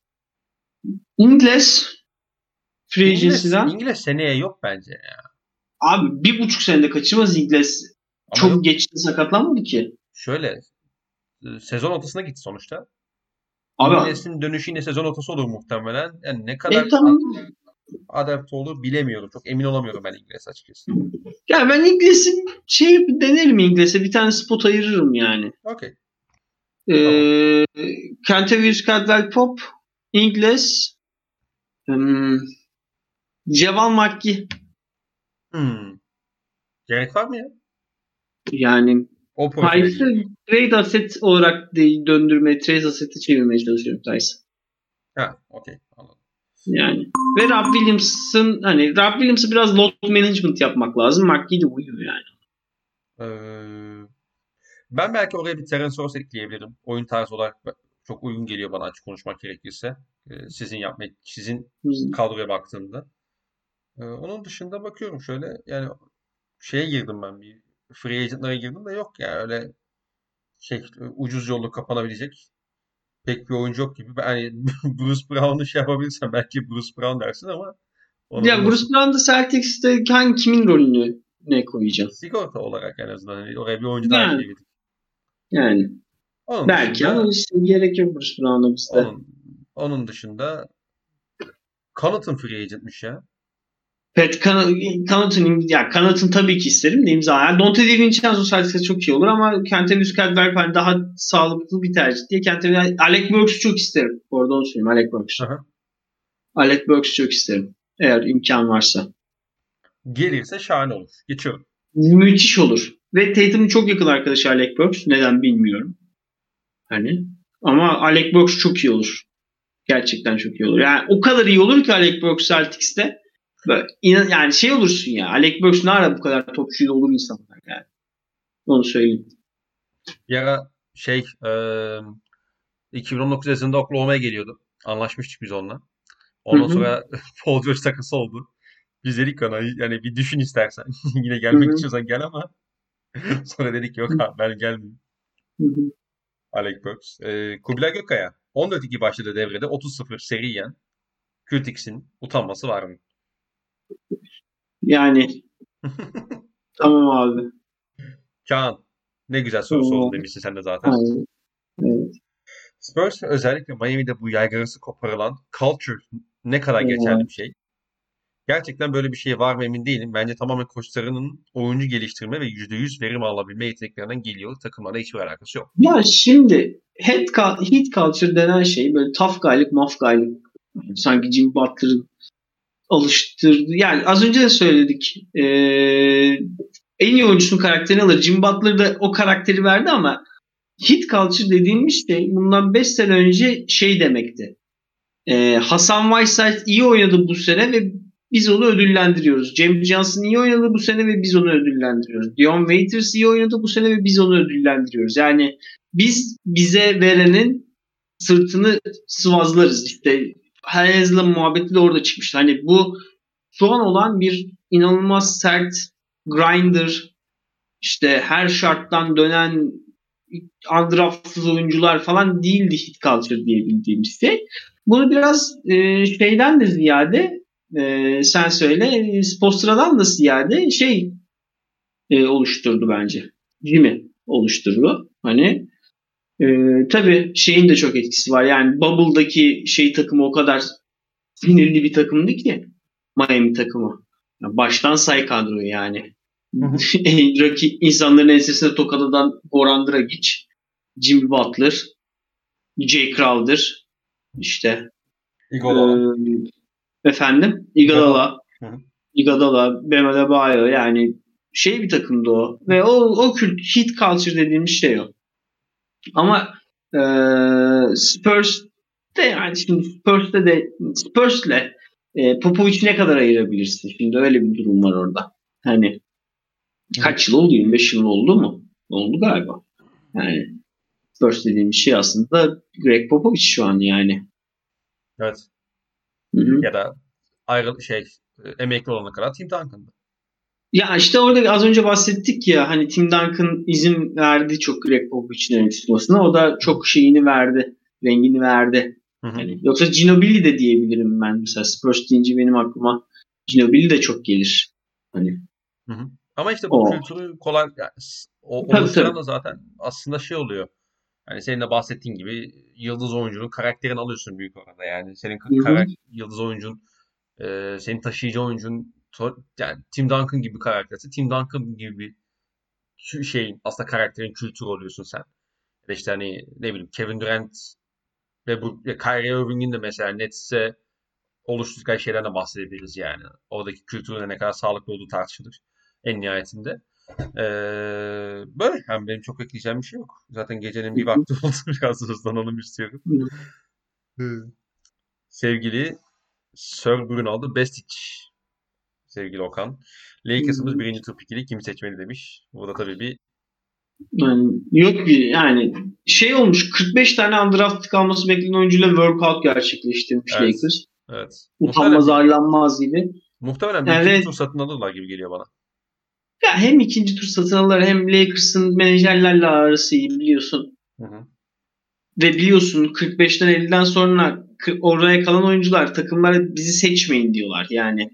Ingles Free İngiliz, Agency'den. İngiliz seneye yok bence ya. Abi 1,5 senede kaçırmaz Ingles. Ama Çok yok, geç sakatlanmadı ki. şöyle sezon ortasına gitti sonuçta. Abi Ingles'in dönüşü yine sezon ortası olur muhtemelen. Yani ne kadar tamam. adapte olur bilemiyorum. Çok emin olamıyorum ben Ingles açıkçası. Ya ben Ingles'in denerim Ingles'e. Bir tane spot ayırırım yani. Okey. Tamam. Kentavius Caldwell-Pope, Ingles, Javal McGee. Gerek var mı ya? Yani O profile Tyce'ı değil. trade asset olarak döndürmeye, trade asset'e çevirmeye çalışıyorum Tyce. Ha, okey. Anladım. Yani. Ve Rob Williams'ı biraz load management yapmak lazım. McGee de uyuyor yani. Ee, Ben belki oraya bir Terence Ross ekleyebilirim. Oyun tarzı olarak çok uygun geliyor bana açık konuşmak gerekirse. Sizin kadroya baktığımda. Onun dışında bakıyorum şöyle yani şeye girdim ben bir free agent'lara girdim de yok ya öyle ucuz yollu kapanabilecek pek bir oyuncu yok gibi. Yani Bruce Brown'u şey yapabilirsem belki Bruce Brown dersin ama onu da Ya Bruce nasıl Brown'da Celtics'te kimin rolünü ne koyacağım? sigorta olarak en azından hani oraya bir oyuncu daha Yani. ekleyebiliriz. Yani. Onun Belki ama dışında işte gerek yok Bruce Brown'a bizde. onun onun dışında Connaughton free agent'miş ya. Pat Connaughton tabii ki isterim de imza. Yani Dante DiVincenzo Celtics'e çok iyi olur ama Kentavius Caldwell-Pope daha sağlıklı bir tercih diye Alec Burks'u çok isterim. Orada onu söyleyeyim Alec Burks. Aha. Alec Burks'u çok isterim. Eğer imkan varsa. Gelirse şahane olur. Geçiyorum. Müthiş olur. Ve Tatum'un çok yakın arkadaşı Alec Burks. Neden bilmiyorum. Hani. Ama Alec Burks çok iyi olur. Gerçekten çok iyi olur. Yani o kadar iyi olur ki Alec Burks Celtics'te. Böyle, yani şey olursun ya. Alec Burks ne ara bu kadar topçuyla olur insanlar yani. Onu söyleyeyim. Bir ara 2019 yazında Oklahoma'ya geliyordu. Anlaşmıştık biz onunla. Hı Ondan hı. sonra Paul George takası oldu. Biz dedik ona yani bir düşün istersen. Yine Hı gelmek hı. istiyorsan gel ama sonra dedik yok abi ben gelmeyeyim. Hı hı. Alec Burks. Kubilay Gökkaya. 14-2 başladı devrede. 30-0 seriyen. Celtics'in utanması var mı? Yani tamam abi. Kaan. Ne güzel soru Tamam sordun abi. demişsin sen de zaten. Aynen. Evet. Spurs ve özellikle Miami'de bu yaygarası koparılan culture ne kadar geçerli Evet. bir şey. Gerçekten böyle bir şey var mı emin değilim. Bence tamamen koçlarının oyuncu geliştirme ve %100 verim alabilme yeteneklerinden geliyor. Takımlarla hiçbir alakası yok. Ya şimdi heat culture denen şey böyle tough guy'lık, maf guy'lık. Sanki Jimmy Butler'ın alıştırdı. Yani az önce de söyledik. En iyi oyuncusunun karakterini alır. Jimmy Butler da o karakteri verdi ama hit culture dediğimiz şey bundan 5 sene önce şey demekti. Hasan Whiteside iyi oynadı bu sene ve biz onu ödüllendiriyoruz. James Johnson iyi oynadı bu sene ve biz onu ödüllendiriyoruz. Dion Waiters iyi oynadı bu sene ve biz onu ödüllendiriyoruz. Yani biz bize verenin sırtını sıvazlarız. İşte Haslem muhabbeti de orada çıkmıştı. Hani bu şu an olan bir inanılmaz sert grinder, işte her şarttan dönen undrafted oyuncular falan değildi hit culture diye bildiğimiz şey. Bunu biraz şeyden de ziyade sen söyle Spoelstra'dan da ziyade oluşturdu bence. Jimmy oluşturdu. Hani tabii şeyin de çok etkisi var. Yani Bubble'daki takımı o kadar sinirli bir takımdı ki Miami takımı. Yani baştan say kadroyu yani. Hı hı. İnsanların ensesine tokat atan Goran Dragic, Jimmy Butler, Jay Crowder, işte Iguodala. efendim Iguodala. Iguodala, Hı hı. Bam Adebayo yani bir takımdı o. Ve o hit culture dediğimiz şey o. Ama Spurs'te yani şimdi Spurs'le Popovic'i ne kadar ayırabilirsin? Şimdi öyle bir durum var orada. Hani Hı hı. kaç yıl oldu? 25 yıl oldu mu? Oldu galiba. Yani Spurs dediğim şey aslında Greg Popovich şu an yani. Evet. Hı hı. Ya da emekli olana kadar Tim Duncan'dı. Ya işte orada az önce bahsettik ya hani Tim Duncan izin verdi çok Greg Popovich'in öne çıkmasına. O da çok şeyini verdi. Rengini verdi. Hı hı. Yani yoksa Ginobili de diyebilirim ben. Mesela Spurs deyince benim aklıma Ginobili de çok gelir. Hani Hı hı. Ama işte bu O. kültürü kolay yani, Tabii oluşturan tabii. da zaten aslında şey oluyor. Hani senin de bahsettiğin gibi yıldız oyuncunun karakterini alıyorsun büyük oranda. Yani senin Hı hı. yıldız oyuncun, senin taşıyıcı oyuncun yani Tim Duncan gibi bir karakterse Tim Duncan gibi bir şeyin aslında karakterin kültürü oluyorsun sen. Ya da işte hani ne bileyim Kevin Durant ve bu Kyrie Irving'in de mesela Nets'e oluşturdukları şeylerden bahsedebiliriz yani. Oradaki kültürün ne kadar sağlıklı olduğu tartışılır en nihayetinde. Böyle. Yani benim çok ekleyeceğim bir şey yok. Zaten gecenin Hı bir hı. vakti oldu. Biraz hızlanalım istiyorum. Sevgili Sir Bruno Bestić, sevgili Okan. Lakers'ımız birinci tur pikili kimi seçmeli demiş. Burada tabii bir Yani yok yani şey olmuş 45 tane undrafted kalması beklenen oyuncuyla workout gerçekleştirmiş evet. Lakers. Evet. Utanmaz arlanmaz gibi. Muhtemelen bir ikinci Evet. tur satın alırlar gibi geliyor bana. Ya hem ikinci tur satın alırlar hem Lakers'ın menajerlerle arası iyi biliyorsun. Hı hı. Ve biliyorsun 45'ten 50'den sonra oraya kalan oyuncular takımlara bizi seçmeyin diyorlar. Yani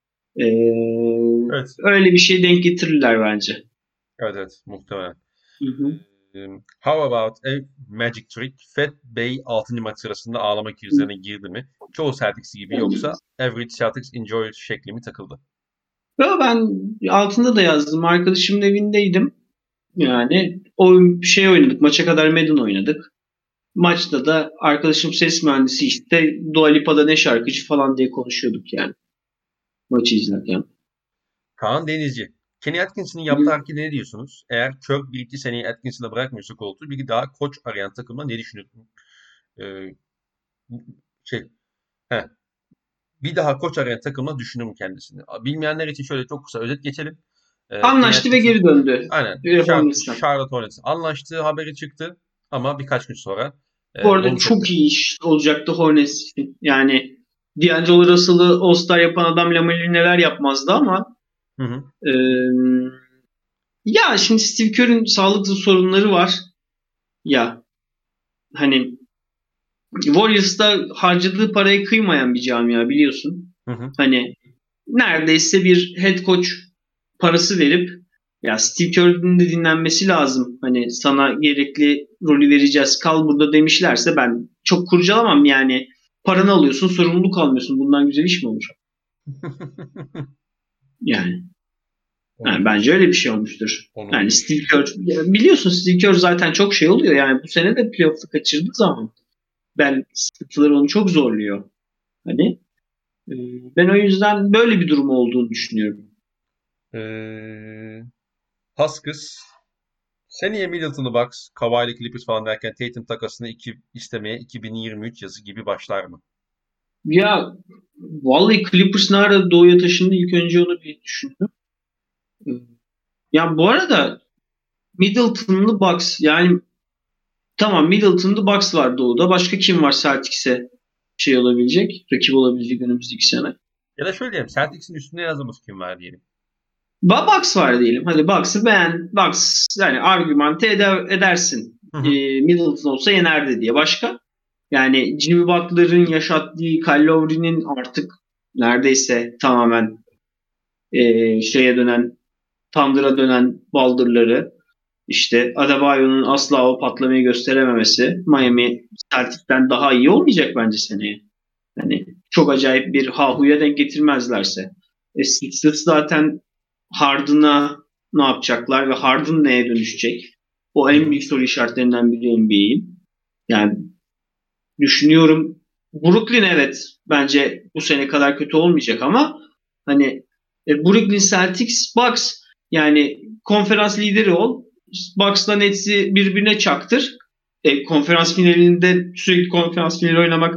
Evet. öyle bir şey denk getirirler bence. Evet, evet. Muhtemelen. Hı hı. How about a magic trick? Fat Bey 6. maç sırasında ağlama krizlerine girdi mi? Çoğu Celtics gibi yoksa average Celtics enjoy şekli mi takıldı? Ya ben altında da yazdım. Arkadaşımın evindeydim. Yani o şey oynadık. Maça kadar Madden oynadık. Maçta da arkadaşım ses mühendisi işte Dua Lipa'da ne şarkıcı falan diye konuşuyorduk yani maçı izlerken. Kaan Denizci. Kenny Atkinson'ın Hı. yaptığı hareketi ne diyorsunuz? Eğer Kirk bir iki seneyi Atkinson'a bırakmıyorsa koltuğu bir daha koç arayan takımda ne düşünüyorsunuz? Ee, şey, he, bir daha koç arayan takımda düşünür mü kendisini? Bilmeyenler için şöyle çok kısa özet geçelim. Kenny Anlaştı ve Atkinson geri döndü. aynen Hornets'ten. Charlotte Hornets anlaştığı haberi çıktı ama birkaç gün sonra Bu arada onu çok çok iyi iş olacaktı Hornets için. Yani D'Angelo Russell'ı All-Star yapan adam Lamelo neler yapmazdı ama hı hı. e, ya şimdi Steve Kerr'ün sağlıklı sorunları var. Ya hani Warriors'ta harcadığı paraya kıymayan bir camia biliyorsun. Hı hı. Hani neredeyse bir head coach parası verip ya Steve Kerr'ün de dinlenmesi lazım. Hani sana gerekli rolü vereceğiz. Kal burada demişlerse ben çok kurcalamam yani. Paranı alıyorsun, sorumluluk almıyorsun. Bundan güzel iş mi olur? Yani, Onu yani bence diyorsun. öyle bir şey olmuştur. Onu Yani Steve diyorsun. Kerr biliyorsun Steve Kerr zaten çok şey oluyor. Yani bu sene de playoff'u kaçırdığı zaman ben sıkıntıları onu çok zorluyor. Hani e, ben o yüzden böyle bir durum olduğunu düşünüyorum. Ee, Haskız seneye Middleton'ı Bucks, Kawhi ile Clippers falan derken Tatum takasını istemeye 2023 yazı gibi başlar mı? Ya vallahi Clippers nerede doğuya taşındı ilk önce onu bir düşündüm. Ya bu arada Middleton'lı Bucks yani tamam Middleton'lı Bucks var doğuda. Başka kim var Celtics'e şey olabilecek, rakip olabilecek önümüzdeki sene? Ya da şöyle diyelim, Celtics'in üstüne yazdığımız kim var diyelim. Bucks var diyelim. Hadi Bucks'ı beğen. Bucks yani argümante edersin. Hı hı. Middleton olsa yenerdi diye. Başka? Yani Jimmy Butler'ın yaşattığı Kyle Lowry'nin artık neredeyse tamamen şeye dönen Thunder'a dönen baldırları işte Adebayo'nun asla o patlamayı gösterememesi Hı hı. Miami Celtic'ten daha iyi olmayacak bence seneye. Yani çok acayip bir hahuya denk getirmezlerse. Sixers zaten Harden'a ne yapacaklar ve Harden neye dönüşecek? O Hı en hı. büyük soru işaretlerinden biri NBA'in. Yani düşünüyorum Brooklyn evet bence bu sene kadar kötü olmayacak ama hani Brooklyn Celtics Bucks yani konferans lideri ol. Bucks'la Nets'i birbirine çaktır. Konferans finalinde sürekli konferans finali oynamak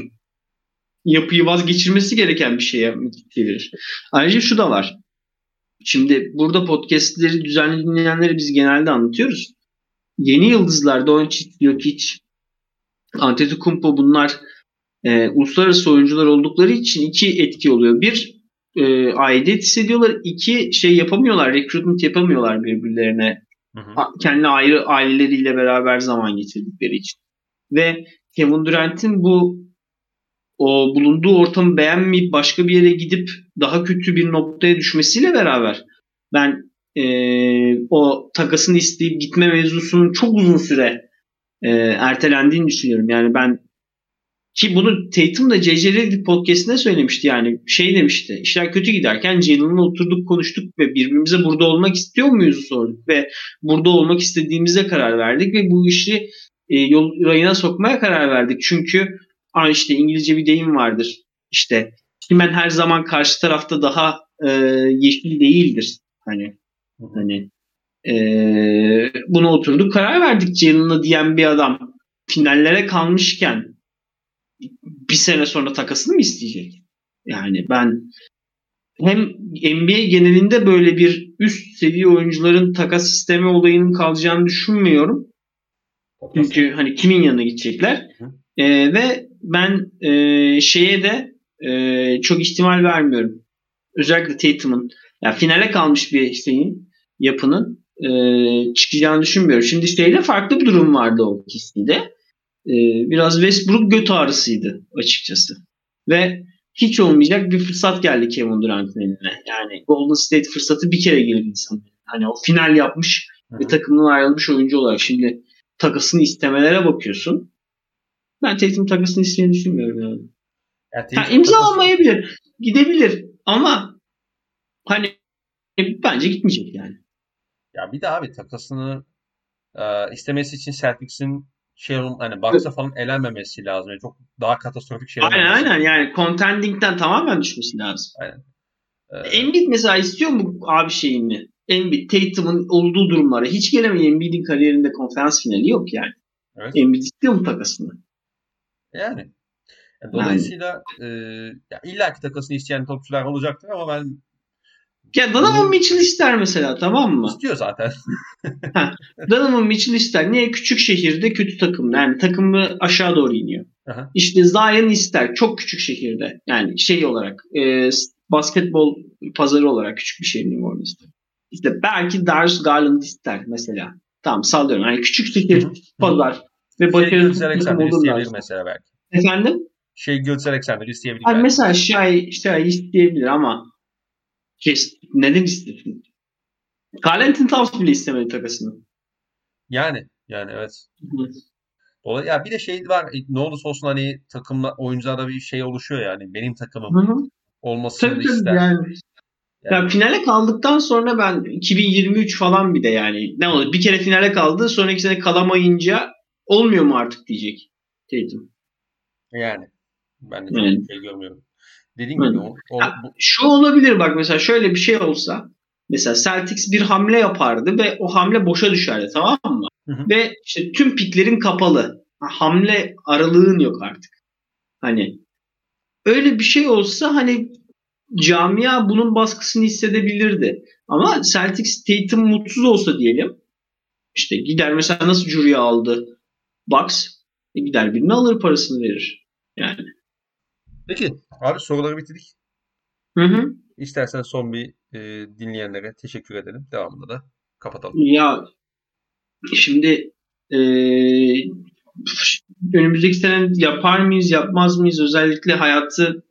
yapıyı vazgeçirmesi gereken bir şeye gelir. Ayrıca şu da var. Şimdi burada podcastleri düzenli dinleyenleri biz genelde anlatıyoruz. Yeni yıldızlar Doncic, Jokic, Antetokounmpo bunlar uluslararası oyuncular oldukları için iki etki oluyor. Bir aidiyet hissediyorlar. İki şey yapamıyorlar. Recruitment yapamıyorlar birbirlerine. Hı hı. Kendi ayrı aileleriyle beraber zaman geçirdikleri için. Ve Kevin Durant'in bu o bulunduğu ortamı beğenmeyip başka bir yere gidip daha kötü bir noktaya düşmesiyle beraber Ben o takasını isteyip gitme mevzusunun çok uzun süre ertelendiğini düşünüyorum. Yani ben ki bunu Tatum da J.J. Redick podcast'inde söylemişti, yani şey demişti, işler kötü giderken Jalen'la oturduk konuştuk ve birbirimize burada olmak istiyor muyuz sorduk ve burada olmak istediğimize karar verdik ve bu işi yol rayına sokmaya karar verdik. Çünkü işte İngilizce bir deyim vardır, işte kimen her zaman karşı tarafta daha yeşil değildir. Hani buna oturduk karar verdik Jalen'la diyen bir adam finallere kalmışken bir sene sonra takasını mı isteyecek? Yani ben hem NBA genelinde böyle bir üst seviye oyuncuların takas sistemi olayının kalacağını düşünmüyorum. Çünkü hani kimin yanına gidecekler? Ve ben şeye de çok ihtimal vermiyorum. Özellikle Tatum'un yani finale kalmış bir yapının çıkacağını düşünmüyorum. Şimdi şeyde farklı bir durum vardı o ikisinde. Biraz Westbrook göt ağrısıydı açıkçası. Ve hiç olmayacak bir fırsat geldi Kevin Durant'ın eline. Yani Golden State fırsatı bir kere gelir insan. Hani o final yapmış ve takımdan ayrılmış oyuncu olarak şimdi takasını istemelere bakıyorsun. Ben Tatum takasını isteyeni düşünmüyorum yani. İmzalamayabilir. Gidebilir. Ama hani bence gitmeyecek yani. Ya bir de abi takasını istemesi için Celtics'in hani Bucks'a falan elenmemesi lazım. Yani çok daha katastrofik şeyler olması. Aynen yani contending'den tamamen düşmesi lazım. Aynen. Embiid mesela istiyor mu abi şeyini? Embiid, Tatum'un olduğu durumlara hiç gelemeyen Embiid'in kariyerinde konferans finali yok yani. Evet. Embiid istiyor mu takasını? Yani. Dolayısıyla ya illaki takasını isteyen topçular olacaktır ama ben ya Donovan Mitchell ister mesela, tamam mı? İstiyor zaten. Donovan Mitchell ister. Niye? Küçük şehirde kötü takım. Yani takımı aşağı doğru iniyor. Aha. İşte Zion ister. Çok küçük şehirde. Yani şey olarak basketbol pazarı olarak küçük bir şehir New Orleans'ta. İşte belki Darius Garland ister mesela. Tamam, sallıyorum. Yani küçük şehir pazar ve başarısız bir takım olurlar. Mesela belki. Efendim? Gilgeous Alexander isteyebilir Abi belki. mesela şey isteyebilir ama neden istesin? Karl Anthony Towns bile istemedi takasını. Yani evet. Ya bir de şey var, ne olursa olsun hani takımla oyuncularda bir şey oluşuyor yani. Benim takımım olmasını Tabii ister. yani. Ya finale kaldıktan sonra ben 2023 falan bir de yani ne olur bir kere finale kaldı, sonraki sene kalamayınca olmuyor mu artık diyecek Tatum. Yani ben de çok şey görmüyorum. Dediğim gibi şu olabilir bak, mesela şöyle bir şey olsa, mesela Celtics bir hamle yapardı ve o hamle boşa düşerdi, tamam mı? Ve işte tüm piklerin kapalı. Hamle aralığın yok artık. Hani öyle bir şey olsa hani camia bunun baskısını hissedebilirdi. Ama Celtics Tatum mutsuz olsa diyelim, işte gider mesela nasıl Jury'i aldı Bucks, gider birini alır, parasını verir. Yani. Peki abi, soruları bitirdik. Hı. İstersen son bir dinleyenlere teşekkür edelim. Devamında da kapatalım. Ya şimdi önümüzdeki sene yapar mıyız yapmaz mıyız, özellikle hayatı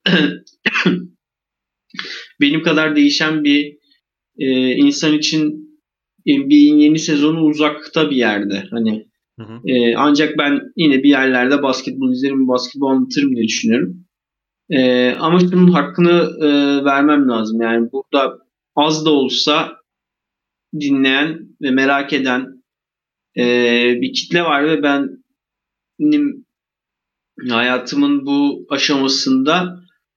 benim kadar değişen bir insan için NBA'in yeni sezonu uzakta bir yerde. Hani ancak ben yine bir yerlerde basketbol izlerim, basketbol anlatırım diye düşünüyorum. Ama şunun hakkını vermem lazım. Yani burada az da olsa dinleyen ve merak eden bir kitle var ve benim hayatımın bu aşamasında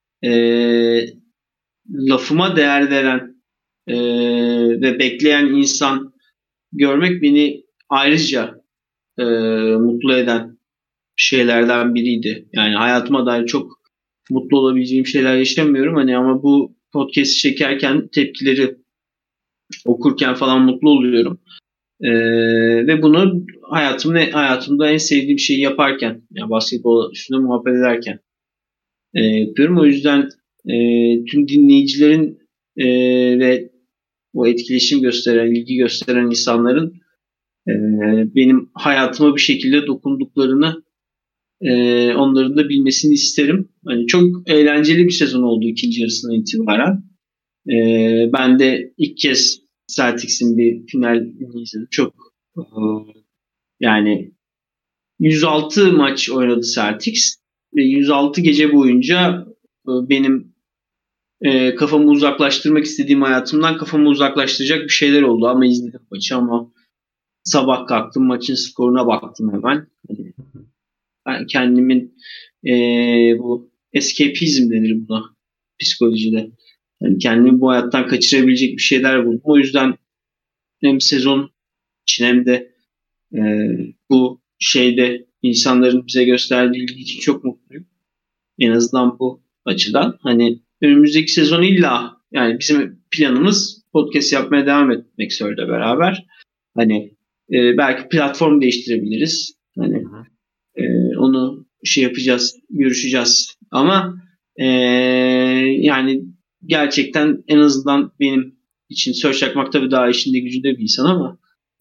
lafıma değer veren ve bekleyen insan görmek beni ayrıca mutlu eden şeylerden biriydi. Yani hayatıma dair çok mutlu olabileceğim şeyler yaşamıyorum. Hani ama bu podcast çekerken tepkileri okurken falan mutlu oluyorum. Ve bunu hayatımda en sevdiğim şeyi yaparken, yani basketbol üstüne muhabbet ederken yapıyorum. O yüzden tüm dinleyicilerin ve o etkileşim gösteren, ilgi gösteren insanların benim hayatıma bir şekilde dokunduklarını onların da bilmesini isterim. Hani çok eğlenceli bir sezon oldu ikinci yarısından itibaren. Ben de ilk kez Celtics'in bir finalini izledim. Çok yani 106 maç oynadı Celtics ve 106 gece boyunca benim kafamı uzaklaştırmak istediğim hayatımdan kafamı uzaklaştıracak bir şeyler oldu ama izledim maçı ama sabah kalktım maçın skoruna baktım hemen. Hani ben kendimin bu escapizm denir buna psikolojide. Yani kendimi bu hayattan kaçırabilecek bir şeyler buldum. O yüzden hem sezon için hem de bu şeyde insanların bize gösterdiği ilgi için çok mutluyum. En azından bu açıdan. Hani önümüzdeki sezon illa yani bizim planımız podcast yapmaya devam etmek Sör'le beraber. Hani belki platform değiştirebiliriz. Hani onu şey yapacağız, görüşeceğiz. Ama yani gerçekten en azından benim için Sör Çakmak tabii daha işinde gücünde bir insan ama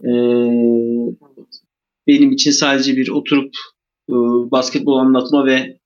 benim için sadece bir oturup basketbol anlatma ve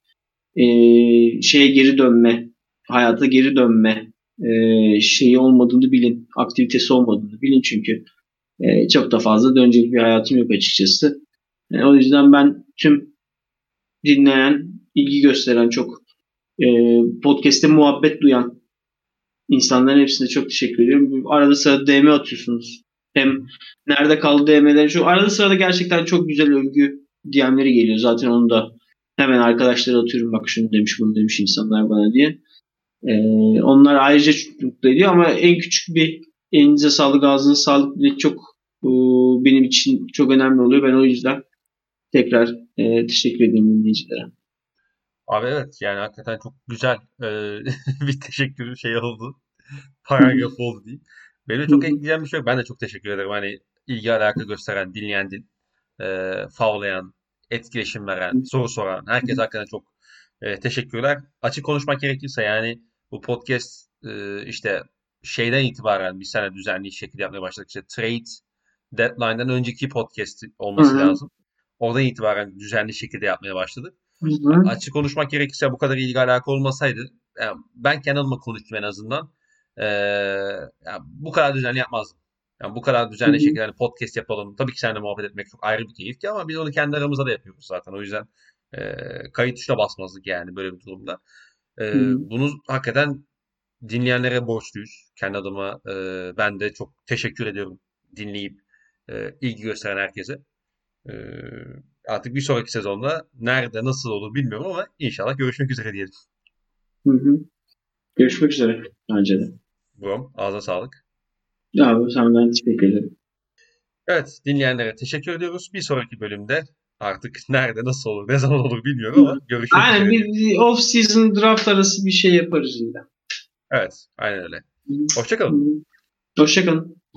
şeye geri dönme, hayata geri dönme şeyi olmadığını bilin, aktivitesi olmadığını bilin çünkü çok da fazla dönecek bir hayatım yok açıkçası. O yüzden ben tüm dinleyen, ilgi gösteren, çok podcast'te muhabbet duyan insanların hepsine çok teşekkür ediyorum. Arada sırada DM atıyorsunuz. Hem nerede kaldı DM'leri çok. Arada sırada gerçekten çok güzel övgü DM'leri geliyor. Zaten onu da hemen arkadaşlara atıyorum. Bak şunu demiş bunu demiş insanlar bana diye. Onlar ayrıca çok mutlu ediyor ama en küçük bir elinize sağlık ağzınıza sağlık bile çok benim için çok önemli oluyor. Ben o yüzden tekrar teşekkür ederim dinleyicilere. Abi evet yani hakikaten çok güzel bir teşekkür şey oldu. Paragraf oldu diyeyim. Benim çok ekleyeceğim bir şey yok. Ben de çok teşekkür ederim. Hani ilgi alaka gösteren, dinleyen, favlayan, etkileşim veren, soru soran. Herkese hakikaten çok teşekkürler. Açık konuşmak gerekirse yani bu podcast işte şeyden itibaren bir sene düzenli şekilde yapmaya başladık. İşte trade deadline'dan önceki podcast olması lazım. Oradan itibaren düzenli şekilde yapmaya başladık. Açık konuşmak gerekirse bu kadar ilgi alaka olmasaydı yani ben kendi adıma konuştum en azından. Yani bu kadar düzenli yapmazdım. Yani bu kadar düzenli şekilde hani podcast yapalım. Tabii ki seninle muhabbet etmek çok ayrı bir keyifti ama biz onu kendi aramızda da yapıyoruz zaten. O yüzden kayıt tuşuna basmazdık yani böyle bir durumda. Bunu hakikaten dinleyenlere borçluyuz. Kendi adıma ben de çok teşekkür ediyorum dinleyip ilgi gösteren herkese. Ee, Artık bir sonraki sezonda nerede nasıl olur bilmiyorum ama inşallah görüşmek üzere diyelim. Görüşmek üzere bence de. Brom, ağza sağlık. Ya senden teşekkür ederim. Evet, dinleyenlere teşekkür ediyoruz. Bir sonraki bölümde artık nerede nasıl olur ne zaman olur bilmiyorum ama görüşmek Aynen üzere. bir off-season draft arası bir şey yaparız yine. Evet, aynen öyle. Hoşça kalın. Hoşça kalın.